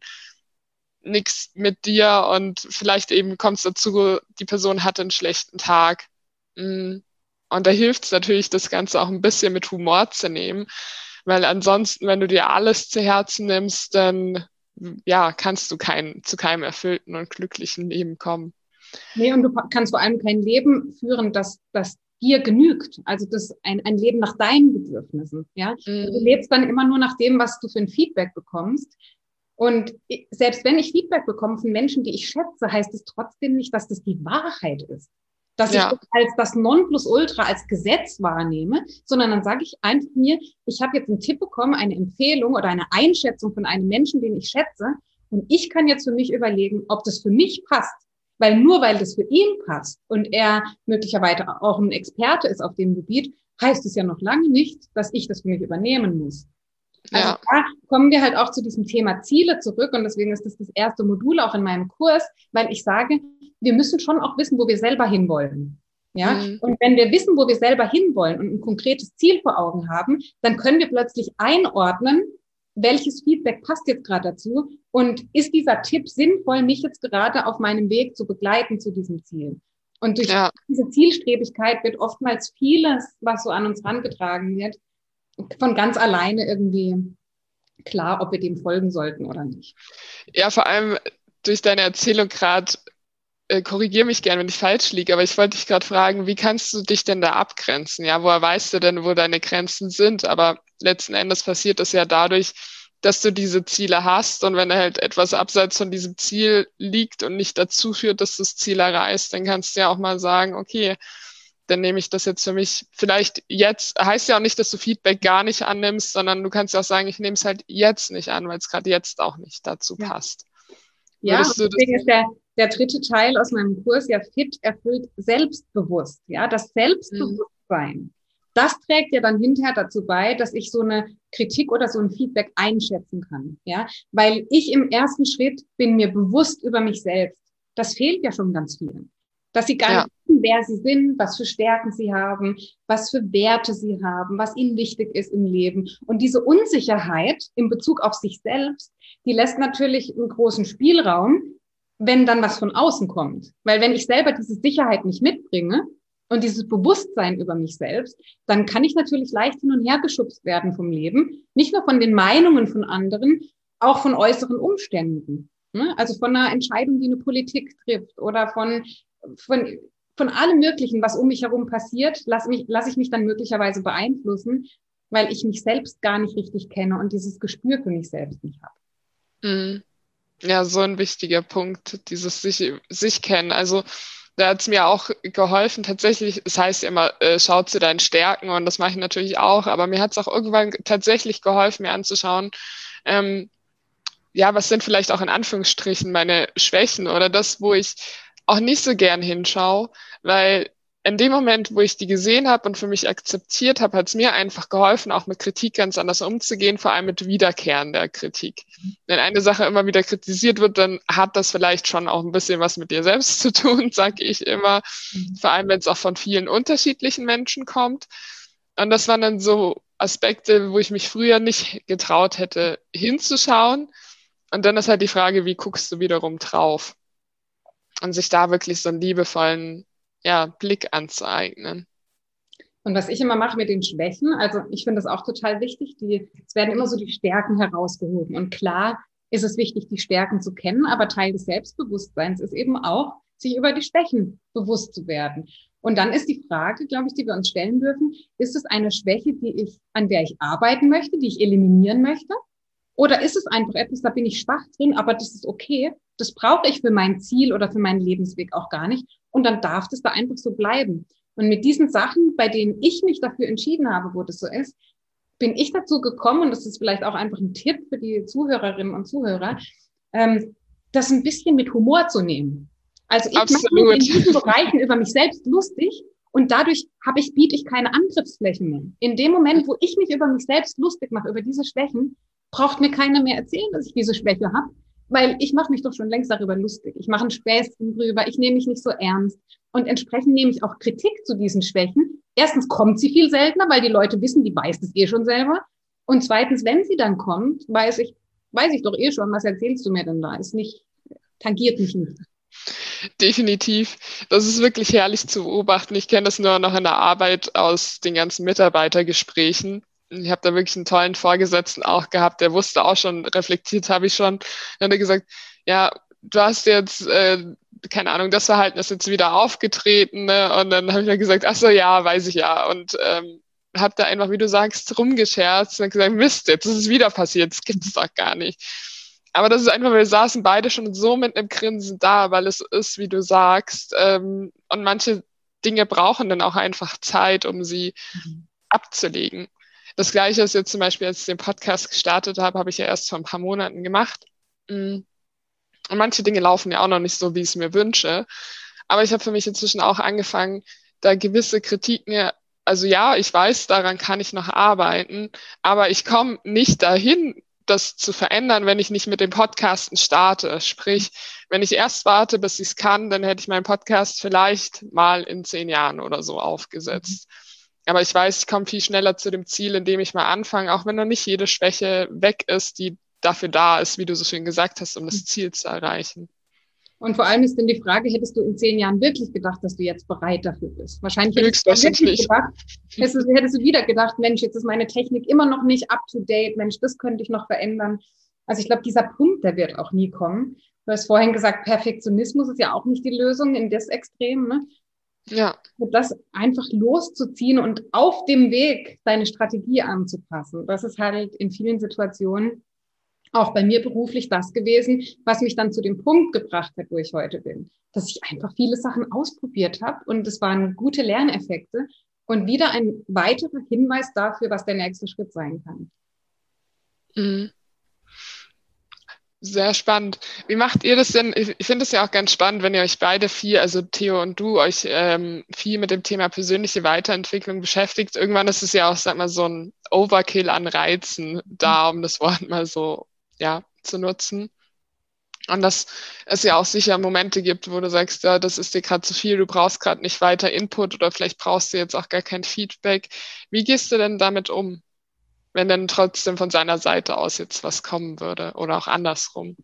nichts mit dir, und vielleicht eben kommt es dazu, die Person hatte einen schlechten Tag. Und da hilft es natürlich, das Ganze auch ein bisschen mit Humor zu nehmen, weil ansonsten, wenn du dir alles zu Herzen nimmst, dann ja, kannst du kein, zu keinem erfüllten und glücklichen Leben kommen. Nee, und du kannst vor allem kein Leben führen, das, das dir genügt. Also das ein, ein Leben nach deinen Bedürfnissen. Ja? Mhm. Du lebst dann immer nur nach dem, was du für ein Feedback bekommst. Und selbst wenn ich Feedback bekomme von Menschen, die ich schätze, heißt es trotzdem nicht, dass das die Wahrheit ist. Dass ja. ich das als das Nonplusultra, als Gesetz wahrnehme, sondern dann sage ich einfach mir, ich habe jetzt einen Tipp bekommen, eine Empfehlung oder eine Einschätzung von einem Menschen, den ich schätze, und ich kann jetzt für mich überlegen, ob das für mich passt. Weil nur weil das für ihn passt und er möglicherweise auch ein Experte ist auf dem Gebiet, heißt es ja noch lange nicht, dass ich das für mich übernehmen muss. Also ja. da kommen wir halt auch zu diesem Thema Ziele zurück, und deswegen ist das das erste Modul auch in meinem Kurs, weil ich sage, wir müssen schon auch wissen, wo wir selber hinwollen. Ja? Mhm. Und wenn wir wissen, wo wir selber hinwollen und ein konkretes Ziel vor Augen haben, dann können wir plötzlich einordnen, welches Feedback passt jetzt gerade dazu und ist dieser Tipp sinnvoll, mich jetzt gerade auf meinem Weg zu begleiten zu diesem Ziel. Und durch ja. diese Zielstrebigkeit wird oftmals vieles, was so an uns herangetragen wird, von ganz alleine irgendwie klar, ob wir dem folgen sollten oder nicht. Ja, vor allem durch deine Erzählung gerade, äh, korrigiere mich gern, wenn ich falsch liege, aber ich wollte dich gerade fragen, wie kannst du dich denn da abgrenzen? Ja, woher weißt du denn, wo deine Grenzen sind? Aber letzten Endes passiert das ja dadurch, dass du diese Ziele hast und wenn halt etwas abseits von diesem Ziel liegt und nicht dazu führt, dass du das Ziel erreichst, dann kannst du ja auch mal sagen, okay, dann nehme ich das jetzt für mich. Vielleicht jetzt, heißt ja auch nicht, dass du Feedback gar nicht annimmst, sondern du kannst ja auch sagen, ich nehme es halt jetzt nicht an, weil es gerade jetzt auch nicht dazu ja. passt. Ja, deswegen ist der, der dritte Teil aus meinem Kurs ja fit, erfüllt, selbstbewusst. Ja, das Selbstbewusstsein. Mhm. Das trägt ja dann hinterher dazu bei, dass ich so eine Kritik oder so ein Feedback einschätzen kann. Ja, weil ich im ersten Schritt bin mir bewusst über mich selbst. Das fehlt ja schon ganz vielen. Dass sie gar ja. nicht wissen, wer sie sind, was für Stärken sie haben, was für Werte sie haben, was ihnen wichtig ist im Leben. Und diese Unsicherheit in Bezug auf sich selbst, die lässt natürlich einen großen Spielraum, wenn dann was von außen kommt. Weil wenn ich selber diese Sicherheit nicht mitbringe, und dieses Bewusstsein über mich selbst, dann kann ich natürlich leicht hin und her geschubst werden vom Leben. Nicht nur von den Meinungen von anderen, auch von äußeren Umständen. Also von einer Entscheidung, die eine Politik trifft oder von, von, von allem Möglichen, was um mich herum passiert, lasse mich, lasse ich mich dann möglicherweise beeinflussen, weil ich mich selbst gar nicht richtig kenne und dieses Gespür für mich selbst nicht habe. Mhm. Ja, so ein wichtiger Punkt, dieses sich, sich kennen. Also da hat es mir auch geholfen, tatsächlich, es heißt ja immer, äh, schau zu deinen Stärken und das mache ich natürlich auch, aber mir hat es auch irgendwann tatsächlich geholfen, mir anzuschauen, ähm, ja, was sind vielleicht auch in Anführungsstrichen meine Schwächen oder das, wo ich auch nicht so gern hinschaue, weil in dem Moment, wo ich die gesehen habe und für mich akzeptiert habe, hat es mir einfach geholfen, auch mit Kritik ganz anders umzugehen, vor allem mit wiederkehrender Kritik. Wenn eine Sache immer wieder kritisiert wird, dann hat das vielleicht schon auch ein bisschen was mit dir selbst zu tun, sage ich immer. Mhm. Vor allem, wenn es auch von vielen unterschiedlichen Menschen kommt. Und das waren dann so Aspekte, wo ich mich früher nicht getraut hätte, hinzuschauen. Und dann ist halt die Frage, wie guckst du wiederum drauf? Und sich da wirklich so einen liebevollen ja, Blick anzueignen. Und was ich immer mache mit den Schwächen, also ich finde das auch total wichtig, die, es werden immer so die Stärken herausgehoben. Und klar ist es wichtig, die Stärken zu kennen, aber Teil des Selbstbewusstseins ist eben auch, sich über die Schwächen bewusst zu werden. Und dann ist die Frage, glaube ich, die wir uns stellen dürfen, ist es eine Schwäche, die ich, an der ich arbeiten möchte, die ich eliminieren möchte? Oder ist es einfach etwas, da bin ich schwach drin, aber das ist okay, das brauche ich für mein Ziel oder für meinen Lebensweg auch gar nicht. Und dann darf das da einfach so bleiben. Und mit diesen Sachen, bei denen ich mich dafür entschieden habe, wo das so ist, bin ich dazu gekommen, und das ist vielleicht auch einfach ein Tipp für die Zuhörerinnen und Zuhörer, ähm, das ein bisschen mit Humor zu nehmen. Also ich mache mich in diesen Bereichen über mich selbst lustig und dadurch habe ich, biete ich keine Angriffsflächen mehr. In dem Moment, wo ich mich über mich selbst lustig mache, über diese Schwächen, braucht mir keiner mehr erzählen, dass ich diese Schwäche habe, weil ich mache mich doch schon längst darüber lustig. Ich mache ein Späßchen drüber, ich nehme mich nicht so ernst und entsprechend nehme ich auch Kritik zu diesen Schwächen. Erstens kommt sie viel seltener, weil die Leute wissen, die weiß das eh schon selber. Und zweitens, wenn sie dann kommt, weiß ich, weiß ich doch eh schon, was erzählst du mir denn da? Ist nicht, tangiert mich nicht. Definitiv. Das ist wirklich herrlich zu beobachten. Ich kenne das nur noch in der Arbeit aus den ganzen Mitarbeitergesprächen. Ich habe da wirklich einen tollen Vorgesetzten auch gehabt, der wusste auch schon, reflektiert habe ich schon. Dann hat er gesagt, ja, du hast jetzt, äh, keine Ahnung, das Verhalten ist jetzt wieder aufgetreten. Ne? Und dann habe ich dann gesagt, ach so, ja, weiß ich ja. Und ähm, habe da einfach, wie du sagst, rumgescherzt und gesagt, Mist, jetzt ist es wieder passiert, das gibt es doch gar nicht. Aber das ist einfach, wir saßen beide schon so mit einem Grinsen da, weil es ist, wie du sagst, ähm, und manche Dinge brauchen dann auch einfach Zeit, um sie mhm. abzulegen. Das Gleiche ist jetzt zum Beispiel, als ich den Podcast gestartet habe, habe ich ja erst vor ein paar Monaten gemacht. Und manche Dinge laufen ja auch noch nicht so, wie ich es mir wünsche. Aber ich habe für mich inzwischen auch angefangen, da gewisse Kritiken, also ja, ich weiß, daran kann ich noch arbeiten, aber ich komme nicht dahin, das zu verändern, wenn ich nicht mit dem Podcasten starte. Sprich, wenn ich erst warte, bis ich es kann, dann hätte ich meinen Podcast vielleicht mal in zehn Jahren oder so aufgesetzt. aber ich weiß, ich komme viel schneller zu dem Ziel, indem ich mal anfange, auch wenn noch nicht jede Schwäche weg ist, die dafür da ist, wie du so schön gesagt hast, um das Ziel zu erreichen. Und vor allem ist dann die Frage, hättest du in zehn Jahren wirklich gedacht, dass du jetzt bereit dafür bist? Wahrscheinlich hättest du wirklich gedacht, hättest du, hättest du wieder gedacht, Mensch, jetzt ist meine Technik immer noch nicht up to date, Mensch, das könnte ich noch verändern. Also ich glaube, dieser Punkt, der wird auch nie kommen. Du hast vorhin gesagt, Perfektionismus ist ja auch nicht die Lösung in das Extrem, ne? Ja. Das einfach loszuziehen und auf dem Weg deine Strategie anzupassen. Das ist halt in vielen Situationen auch bei mir beruflich das gewesen, was mich dann zu dem Punkt gebracht hat, wo ich heute bin. Dass ich einfach viele Sachen ausprobiert habe und es waren gute Lerneffekte und wieder ein weiterer Hinweis dafür, was der nächste Schritt sein kann. Mhm. Sehr spannend. Wie macht ihr das denn? Ich finde es ja auch ganz spannend, wenn ihr euch beide viel, also Theo und du, euch ähm, viel mit dem Thema persönliche Weiterentwicklung beschäftigt. Irgendwann ist es ja auch, sag mal, so ein Overkill an Reizen da, um das Wort mal so, ja, zu nutzen. Und dass es ja auch sicher Momente gibt, wo du sagst, ja, das ist dir gerade zu viel, du brauchst gerade nicht weiter Input oder vielleicht brauchst du jetzt auch gar kein Feedback. Wie gehst du denn damit um, wenn dann trotzdem von seiner Seite aus jetzt was kommen würde oder auch andersrum?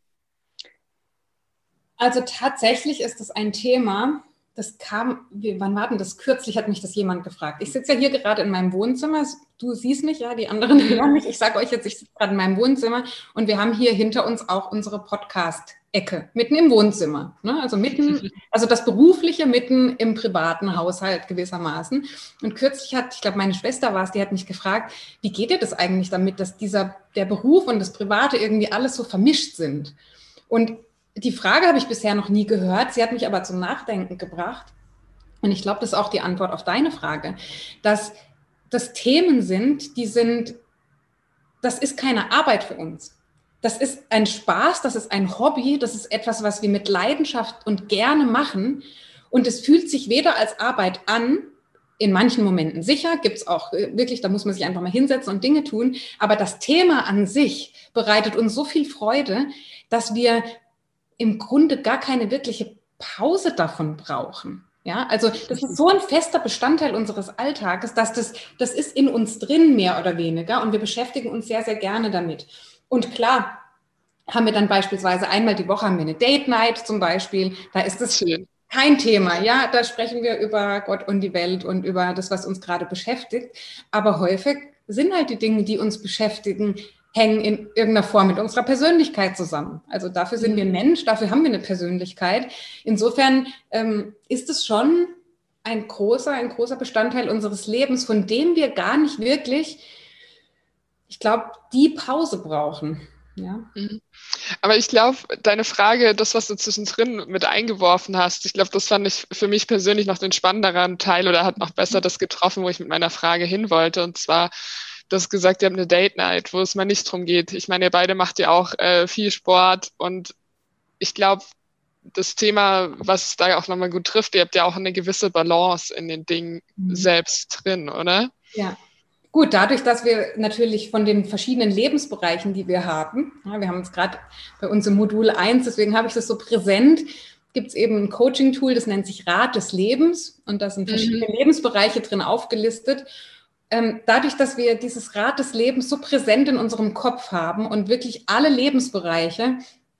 Also tatsächlich ist es ein Thema, das kam, wann war denn das? Kürzlich hat mich das jemand gefragt. Ich sitze ja hier gerade in meinem Wohnzimmer. Du siehst mich, ja, die anderen hören mich. Ich sage euch jetzt, ich sitze gerade in meinem Wohnzimmer und wir haben hier hinter uns auch unsere Podcast-Ecke, mitten im Wohnzimmer. Ne? Also mitten, also das Berufliche mitten im privaten Haushalt gewissermaßen. Und kürzlich hat, ich glaube, meine Schwester war es, die hat mich gefragt, wie geht dir das eigentlich damit, dass dieser, der Beruf und das Private irgendwie alles so vermischt sind? Und die Frage habe ich bisher noch nie gehört. Sie hat mich aber zum Nachdenken gebracht. Und ich glaube, das ist auch die Antwort auf deine Frage, dass das Themen sind, die sind, das ist keine Arbeit für uns. Das ist ein Spaß, das ist ein Hobby, das ist etwas, was wir mit Leidenschaft und gerne machen. Und es fühlt sich weder als Arbeit an, in manchen Momenten sicher, gibt es auch wirklich, da muss man sich einfach mal hinsetzen und Dinge tun. Aber das Thema an sich bereitet uns so viel Freude, dass wir im Grunde gar keine wirkliche Pause davon brauchen. Ja, also das ist so ein fester Bestandteil unseres Alltages, dass das, das ist in uns drin, mehr oder weniger, und wir beschäftigen uns sehr, sehr gerne damit. Und klar, haben wir dann beispielsweise einmal die Woche haben wir eine Date Night zum Beispiel, da ist es kein Thema, ja, da sprechen wir über Gott und die Welt und über das, was uns gerade beschäftigt, aber häufig sind halt die Dinge, die uns beschäftigen, hängen in irgendeiner Form mit unserer Persönlichkeit zusammen. Also dafür sind wir ein Mensch, dafür haben wir eine Persönlichkeit. Insofern ähm, ist es schon ein großer, ein großer Bestandteil unseres Lebens, von dem wir gar nicht wirklich, ich glaube, die Pause brauchen. Ja. Aber ich glaube, deine Frage, das, was du zwischendrin mit eingeworfen hast, ich glaube, das fand ich für mich persönlich noch den spannenderen Teil oder hat noch besser das getroffen, wo ich mit meiner Frage hin wollte. Und zwar, du hast gesagt, ihr habt eine Date Night, wo es mal nicht drum geht. Ich meine, ihr beide macht ja auch äh, viel Sport und ich glaube, das Thema, was da auch nochmal gut trifft, ihr habt ja auch eine gewisse Balance in den Dingen mhm. selbst drin, oder? Ja. Gut, dadurch, dass wir natürlich von den verschiedenen Lebensbereichen, die wir haben, ja, wir haben jetzt gerade bei uns im Modul eins, deswegen habe ich das so präsent, gibt es eben ein Coaching-Tool, das nennt sich Rad des Lebens und da sind verschiedene mhm. Lebensbereiche drin aufgelistet. Dadurch, dass wir dieses Rad des Lebens so präsent in unserem Kopf haben und wirklich alle Lebensbereiche,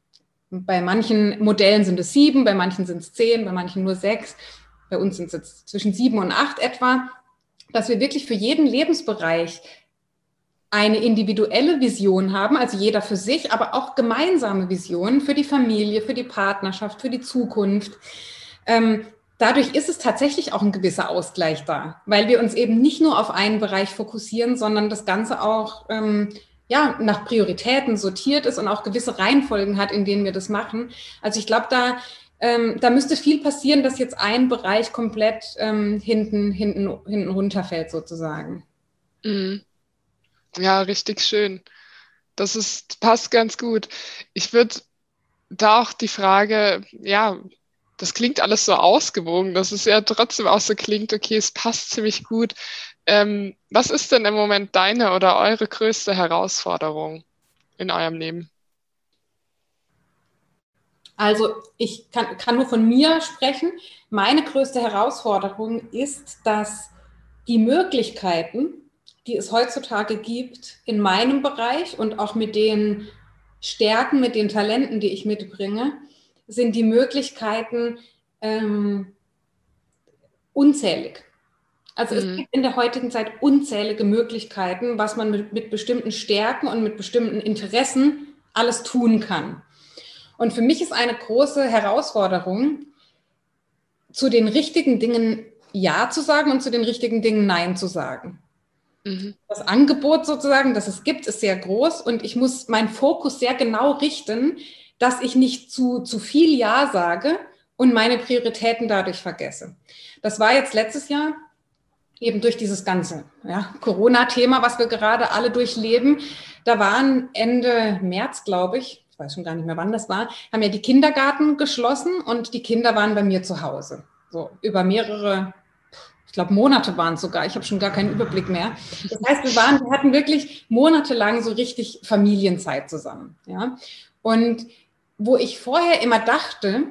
bei manchen Modellen sind es sieben, bei manchen sind es zehn, bei manchen nur sechs, bei uns sind es jetzt zwischen sieben und acht etwa, dass wir wirklich für jeden Lebensbereich eine individuelle Vision haben, also jeder für sich, aber auch gemeinsame Visionen für die Familie, für die Partnerschaft, für die Zukunft. Ähm, Dadurch ist es tatsächlich auch ein gewisser Ausgleich da, weil wir uns eben nicht nur auf einen Bereich fokussieren, sondern das Ganze auch ähm, ja, nach Prioritäten sortiert ist und auch gewisse Reihenfolgen hat, in denen wir das machen. Also ich glaube, da, ähm, da müsste viel passieren, dass jetzt ein Bereich komplett ähm, hinten, hinten, hinten runterfällt sozusagen. Mhm. Ja, richtig schön. Das ist, passt ganz gut. Ich würde da auch die Frage, ja, das klingt alles so ausgewogen, dass es ja trotzdem auch so klingt, okay, es passt ziemlich gut. Ähm, was ist denn im Moment deine oder eure größte Herausforderung in eurem Leben? Also ich kann, kann nur von mir sprechen. Meine größte Herausforderung ist, dass die Möglichkeiten, die es heutzutage gibt in meinem Bereich und auch mit den Stärken, mit den Talenten, die ich mitbringe, sind die Möglichkeiten ähm, unzählig. Also es Mhm. gibt in der heutigen Zeit unzählige Möglichkeiten, was man mit, mit bestimmten Stärken und mit bestimmten Interessen alles tun kann. Und für mich ist eine große Herausforderung, zu den richtigen Dingen Ja zu sagen und zu den richtigen Dingen Nein zu sagen. Mhm. Das Angebot sozusagen, das es gibt, ist sehr groß und ich muss meinen Fokus sehr genau richten, dass ich nicht zu, zu viel Ja sage und meine Prioritäten dadurch vergesse. Das war jetzt letztes Jahr eben durch dieses ganze ja, Corona-Thema, was wir gerade alle durchleben. Da waren Ende März, glaube ich, ich weiß schon gar nicht mehr, wann das war, haben ja die Kindergarten geschlossen und die Kinder waren bei mir zu Hause. So über mehrere, ich glaube Monate waren es sogar, ich habe schon gar keinen Überblick mehr. Das heißt, wir, waren, wir hatten wirklich monatelang so richtig Familienzeit zusammen. Ja? Und wo ich vorher immer dachte,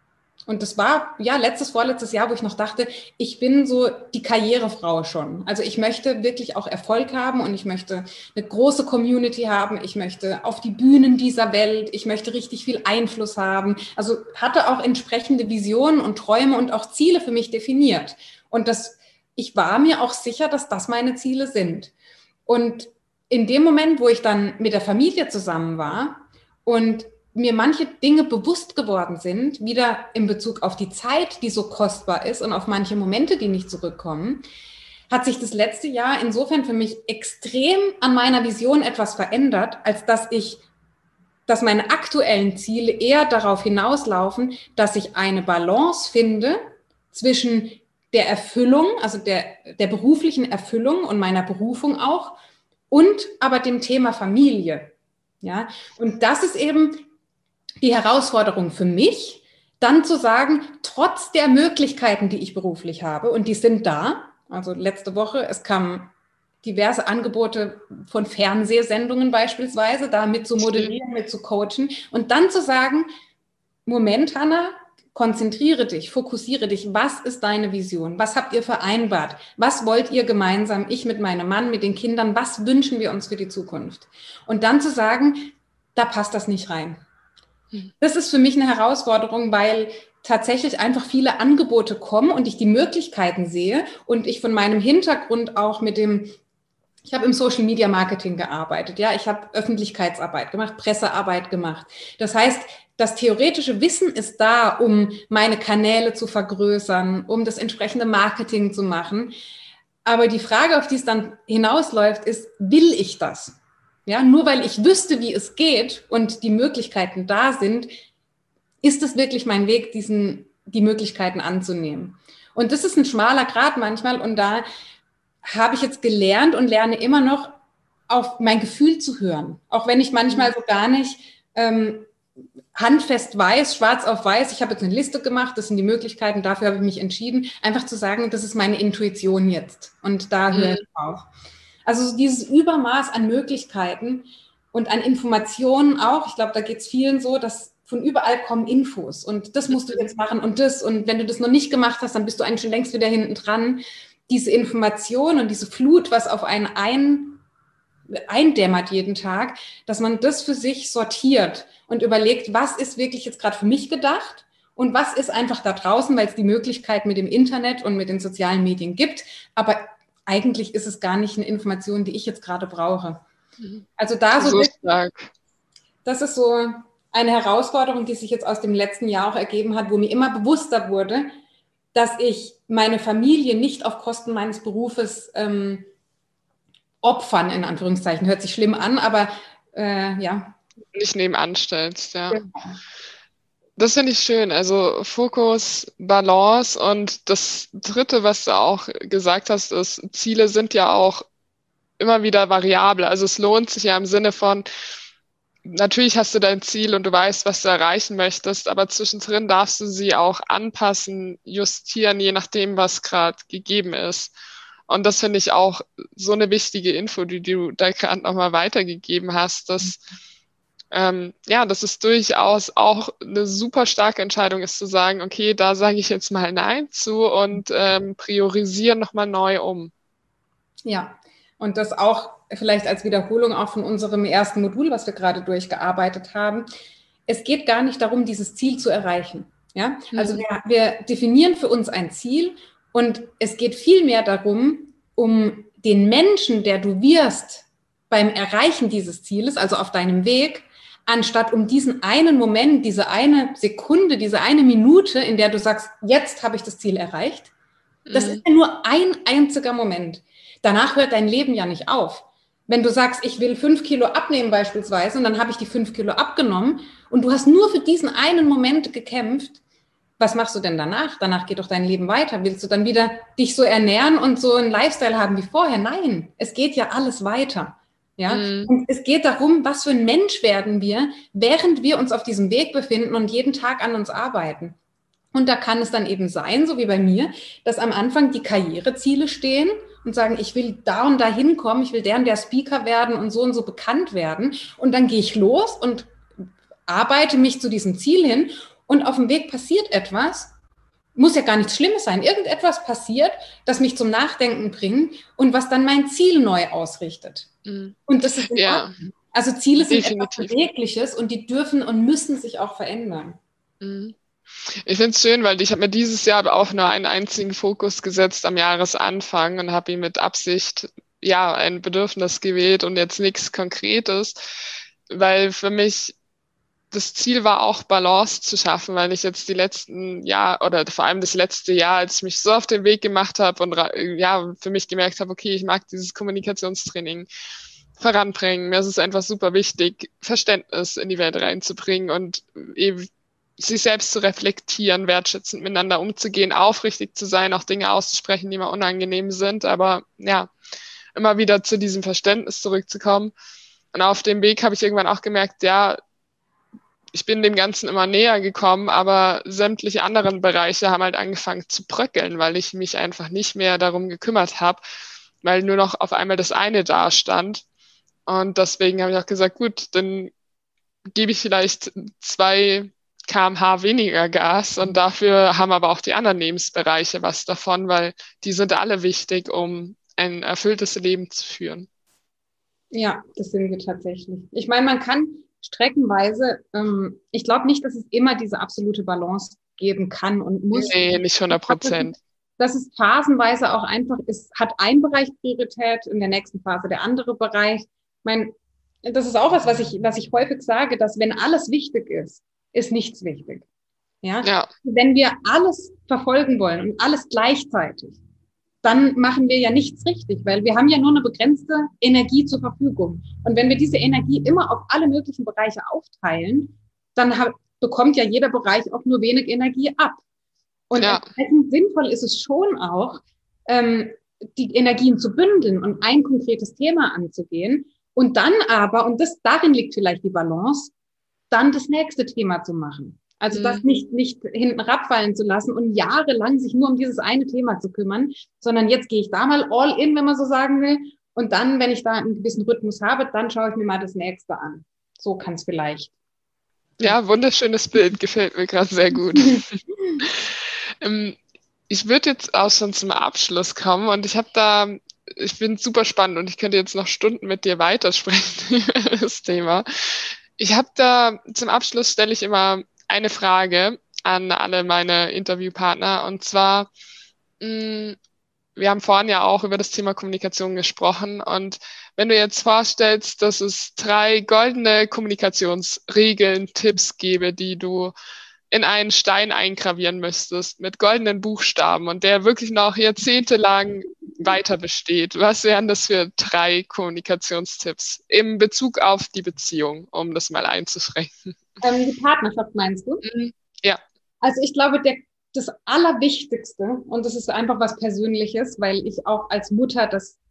und das war ja letztes, vorletztes Jahr, wo ich noch dachte, ich bin so die Karrierefrau schon. Also ich möchte wirklich auch Erfolg haben und ich möchte eine große Community haben. Ich möchte auf die Bühnen dieser Welt. Ich möchte richtig viel Einfluss haben. Also hatte auch entsprechende Visionen und Träume und auch Ziele für mich definiert. Und das, ich war mir auch sicher, dass das meine Ziele sind. Und in dem Moment, wo ich dann mit der Familie zusammen war und mir manche Dinge bewusst geworden sind, wieder in Bezug auf die Zeit, die so kostbar ist und auf manche Momente, die nicht zurückkommen, hat sich das letzte Jahr insofern für mich extrem an meiner Vision etwas verändert, als dass ich, dass meine aktuellen Ziele eher darauf hinauslaufen, dass ich eine Balance finde zwischen der Erfüllung, also der, der beruflichen Erfüllung und meiner Berufung auch, und aber dem Thema Familie. Ja, und das ist eben die Herausforderung für mich, dann zu sagen, trotz der Möglichkeiten, die ich beruflich habe, und die sind da, also letzte Woche, es kamen diverse Angebote von Fernsehsendungen beispielsweise, da mit zu moderieren, mit zu coachen, und dann zu sagen, Moment, Hanna, konzentriere dich, fokussiere dich, was ist deine Vision, was habt ihr vereinbart, was wollt ihr gemeinsam, ich mit meinem Mann, mit den Kindern, was wünschen wir uns für die Zukunft? Und dann zu sagen, da passt das nicht rein. Das ist für mich eine Herausforderung, weil tatsächlich einfach viele Angebote kommen und ich die Möglichkeiten sehe und ich von meinem Hintergrund auch mit dem, ich habe im Social Media Marketing gearbeitet, ja, ich habe Öffentlichkeitsarbeit gemacht, Pressearbeit gemacht. Das heißt, das theoretische Wissen ist da, um meine Kanäle zu vergrößern, um das entsprechende Marketing zu machen. Aber die Frage, auf die es dann hinausläuft, ist, will ich das? Ja, nur weil ich wüsste, wie es geht und die Möglichkeiten da sind, ist es wirklich mein Weg, diesen, die Möglichkeiten anzunehmen. Und das ist ein schmaler Grat manchmal und da habe ich jetzt gelernt und lerne immer noch, auf mein Gefühl zu hören. Auch wenn ich manchmal so gar nicht ähm, handfest weiß, schwarz auf weiß, ich habe jetzt eine Liste gemacht, das sind die Möglichkeiten, dafür habe ich mich entschieden, einfach zu sagen, das ist meine Intuition jetzt und da höre ich auf. Also dieses Übermaß an Möglichkeiten und an Informationen auch, ich glaube, da geht es vielen so, dass von überall kommen Infos und das musst du jetzt machen und das und wenn du das noch nicht gemacht hast, dann bist du eigentlich schon längst wieder hinten dran. Diese Information und diese Flut, was auf einen ein, eindämmert jeden Tag, dass man das für sich sortiert und überlegt, was ist wirklich jetzt gerade für mich gedacht und was ist einfach da draußen, weil es die Möglichkeit mit dem Internet und mit den sozialen Medien gibt, aber eigentlich ist es gar nicht eine Information, die ich jetzt gerade brauche. Also da so, so stark. Das ist so eine Herausforderung, die sich jetzt aus dem letzten Jahr auch ergeben hat, wo mir immer bewusster wurde, dass ich meine Familie nicht auf Kosten meines Berufes ähm, opfern, in Anführungszeichen. Hört sich schlimm an, aber äh, ja. Nicht nebenan stellst, ja. Genau. Das finde ich schön. Also Fokus, Balance und das Dritte, was du auch gesagt hast, ist, Ziele sind ja auch immer wieder variabel. Also es lohnt sich ja im Sinne von, natürlich hast du dein Ziel und du weißt, was du erreichen möchtest, aber zwischendrin darfst du sie auch anpassen, justieren, je nachdem, was gerade gegeben ist. Und das finde ich auch so eine wichtige Info, die du da gerade nochmal weitergegeben hast, dass ähm, ja, dass es durchaus auch eine super starke Entscheidung ist, zu sagen, okay, da sage ich jetzt mal Nein zu und ähm, priorisieren nochmal neu um. Ja, und das auch vielleicht als Wiederholung auch von unserem ersten Modul, was wir gerade durchgearbeitet haben. Es geht gar nicht darum, dieses Ziel zu erreichen. Ja, also Mhm. wir, wir definieren für uns ein Ziel und es geht vielmehr darum, um den Menschen, der du wirst beim Erreichen dieses Zieles, also auf deinem Weg, anstatt um diesen einen Moment, diese eine Sekunde, diese eine Minute, in der du sagst, jetzt habe ich das Ziel erreicht. Das ist Mhm. ja nur ein einziger Moment. Danach hört dein Leben ja nicht auf. Wenn du sagst, ich will fünf Kilo abnehmen beispielsweise und dann habe ich die fünf Kilo abgenommen und du hast nur für diesen einen Moment gekämpft, was machst du denn danach? Danach geht doch dein Leben weiter. Willst du dann wieder dich so ernähren und so einen Lifestyle haben wie vorher? Nein, es geht ja alles weiter. Ja, Mhm. und es geht darum, was für ein Mensch werden wir, während wir uns auf diesem Weg befinden und jeden Tag an uns arbeiten. Und da kann es dann eben sein, so wie bei mir, dass am Anfang die Karriereziele stehen und sagen, ich will da und da hinkommen, ich will der und der Speaker werden und so und so bekannt werden. Und dann gehe ich los und arbeite mich zu diesem Ziel hin und auf dem Weg passiert etwas, muss ja gar nichts Schlimmes sein. Irgendetwas passiert, das mich zum Nachdenken bringt und was dann mein Ziel neu ausrichtet. Mhm. Und das ist in Ja, Ordnung. Also Ziele sind etwas definitiv. Bewegliches und die dürfen und müssen sich auch verändern. Mhm. Ich finde es schön, weil ich habe mir dieses Jahr aber auch nur einen einzigen Fokus gesetzt am Jahresanfang und habe ihn mit Absicht, ja, ein Bedürfnis gewählt und jetzt nichts Konkretes, weil für mich das Ziel war auch Balance zu schaffen, weil ich jetzt die letzten Jahr oder vor allem das letzte Jahr, als ich mich so auf den Weg gemacht habe und ja, für mich gemerkt habe, okay, ich mag dieses Kommunikationstraining voranbringen. Mir ist es einfach super wichtig, Verständnis in die Welt reinzubringen und eben sich selbst zu reflektieren, wertschätzend miteinander umzugehen, aufrichtig zu sein, auch Dinge auszusprechen, die mal unangenehm sind, aber ja, immer wieder zu diesem Verständnis zurückzukommen. Und auf dem Weg habe ich irgendwann auch gemerkt, ja, ich bin dem Ganzen immer näher gekommen, aber sämtliche anderen Bereiche haben halt angefangen zu bröckeln, weil ich mich einfach nicht mehr darum gekümmert habe, weil nur noch auf einmal das eine da stand. Und deswegen habe ich auch gesagt, gut, dann gebe ich vielleicht zwei Kilometer pro Stunde weniger Gas und dafür haben aber auch die anderen Lebensbereiche was davon, weil die sind alle wichtig, um ein erfülltes Leben zu führen. Ja, das sind wir tatsächlich. Ich meine, man kann streckenweise, ähm, ich glaube nicht, dass es immer diese absolute Balance geben kann und muss. Nee, nicht hundert Prozent. Dass es phasenweise auch einfach ist, hat ein Bereich Priorität, in der nächsten Phase der andere Bereich. Ich meine, das ist auch was, was ich, was ich häufig sage, dass wenn alles wichtig ist, ist nichts wichtig. Ja? Ja. Wenn wir alles verfolgen wollen und alles gleichzeitig, dann machen wir ja nichts richtig, weil wir haben ja nur eine begrenzte Energie zur Verfügung. Und wenn wir diese Energie immer auf alle möglichen Bereiche aufteilen, dann hat, bekommt ja jeder Bereich auch nur wenig Energie ab. Und ja. entsprechend sinnvoll ist es schon auch, ähm, die Energien zu bündeln und ein konkretes Thema anzugehen und dann aber, und das darin liegt vielleicht die Balance, dann das nächste Thema zu machen. Also mhm. das nicht, nicht hinten abfallen zu lassen und jahrelang sich nur um dieses eine Thema zu kümmern, sondern jetzt gehe ich da mal all in, wenn man so sagen will. Und dann, wenn ich da einen gewissen Rhythmus habe, dann schaue ich mir mal das nächste an. So kann es vielleicht. Ja, wunderschönes Bild, gefällt mir gerade sehr gut. Ich würde jetzt auch schon zum Abschluss kommen und ich habe da, ich finde es super spannend und ich könnte jetzt noch Stunden mit dir weitersprechen über das Thema. Ich habe da, zum Abschluss stelle ich immer eine Frage an alle meine Interviewpartner und zwar, mh, wir haben vorhin ja auch über das Thema Kommunikation gesprochen und wenn du jetzt vorstellst, dass es drei goldene Kommunikationsregeln, Tipps gäbe, die du in einen Stein eingravieren müsstest mit goldenen Buchstaben und der wirklich noch jahrzehntelang weiter besteht, was wären das für drei Kommunikationstipps im Bezug auf die Beziehung, um das mal einzuschränken? Ähm, die Partnerschaft meinst du? Ja. Also ich glaube, der, das Allerwichtigste, und das ist einfach was Persönliches, weil ich auch als Mutter das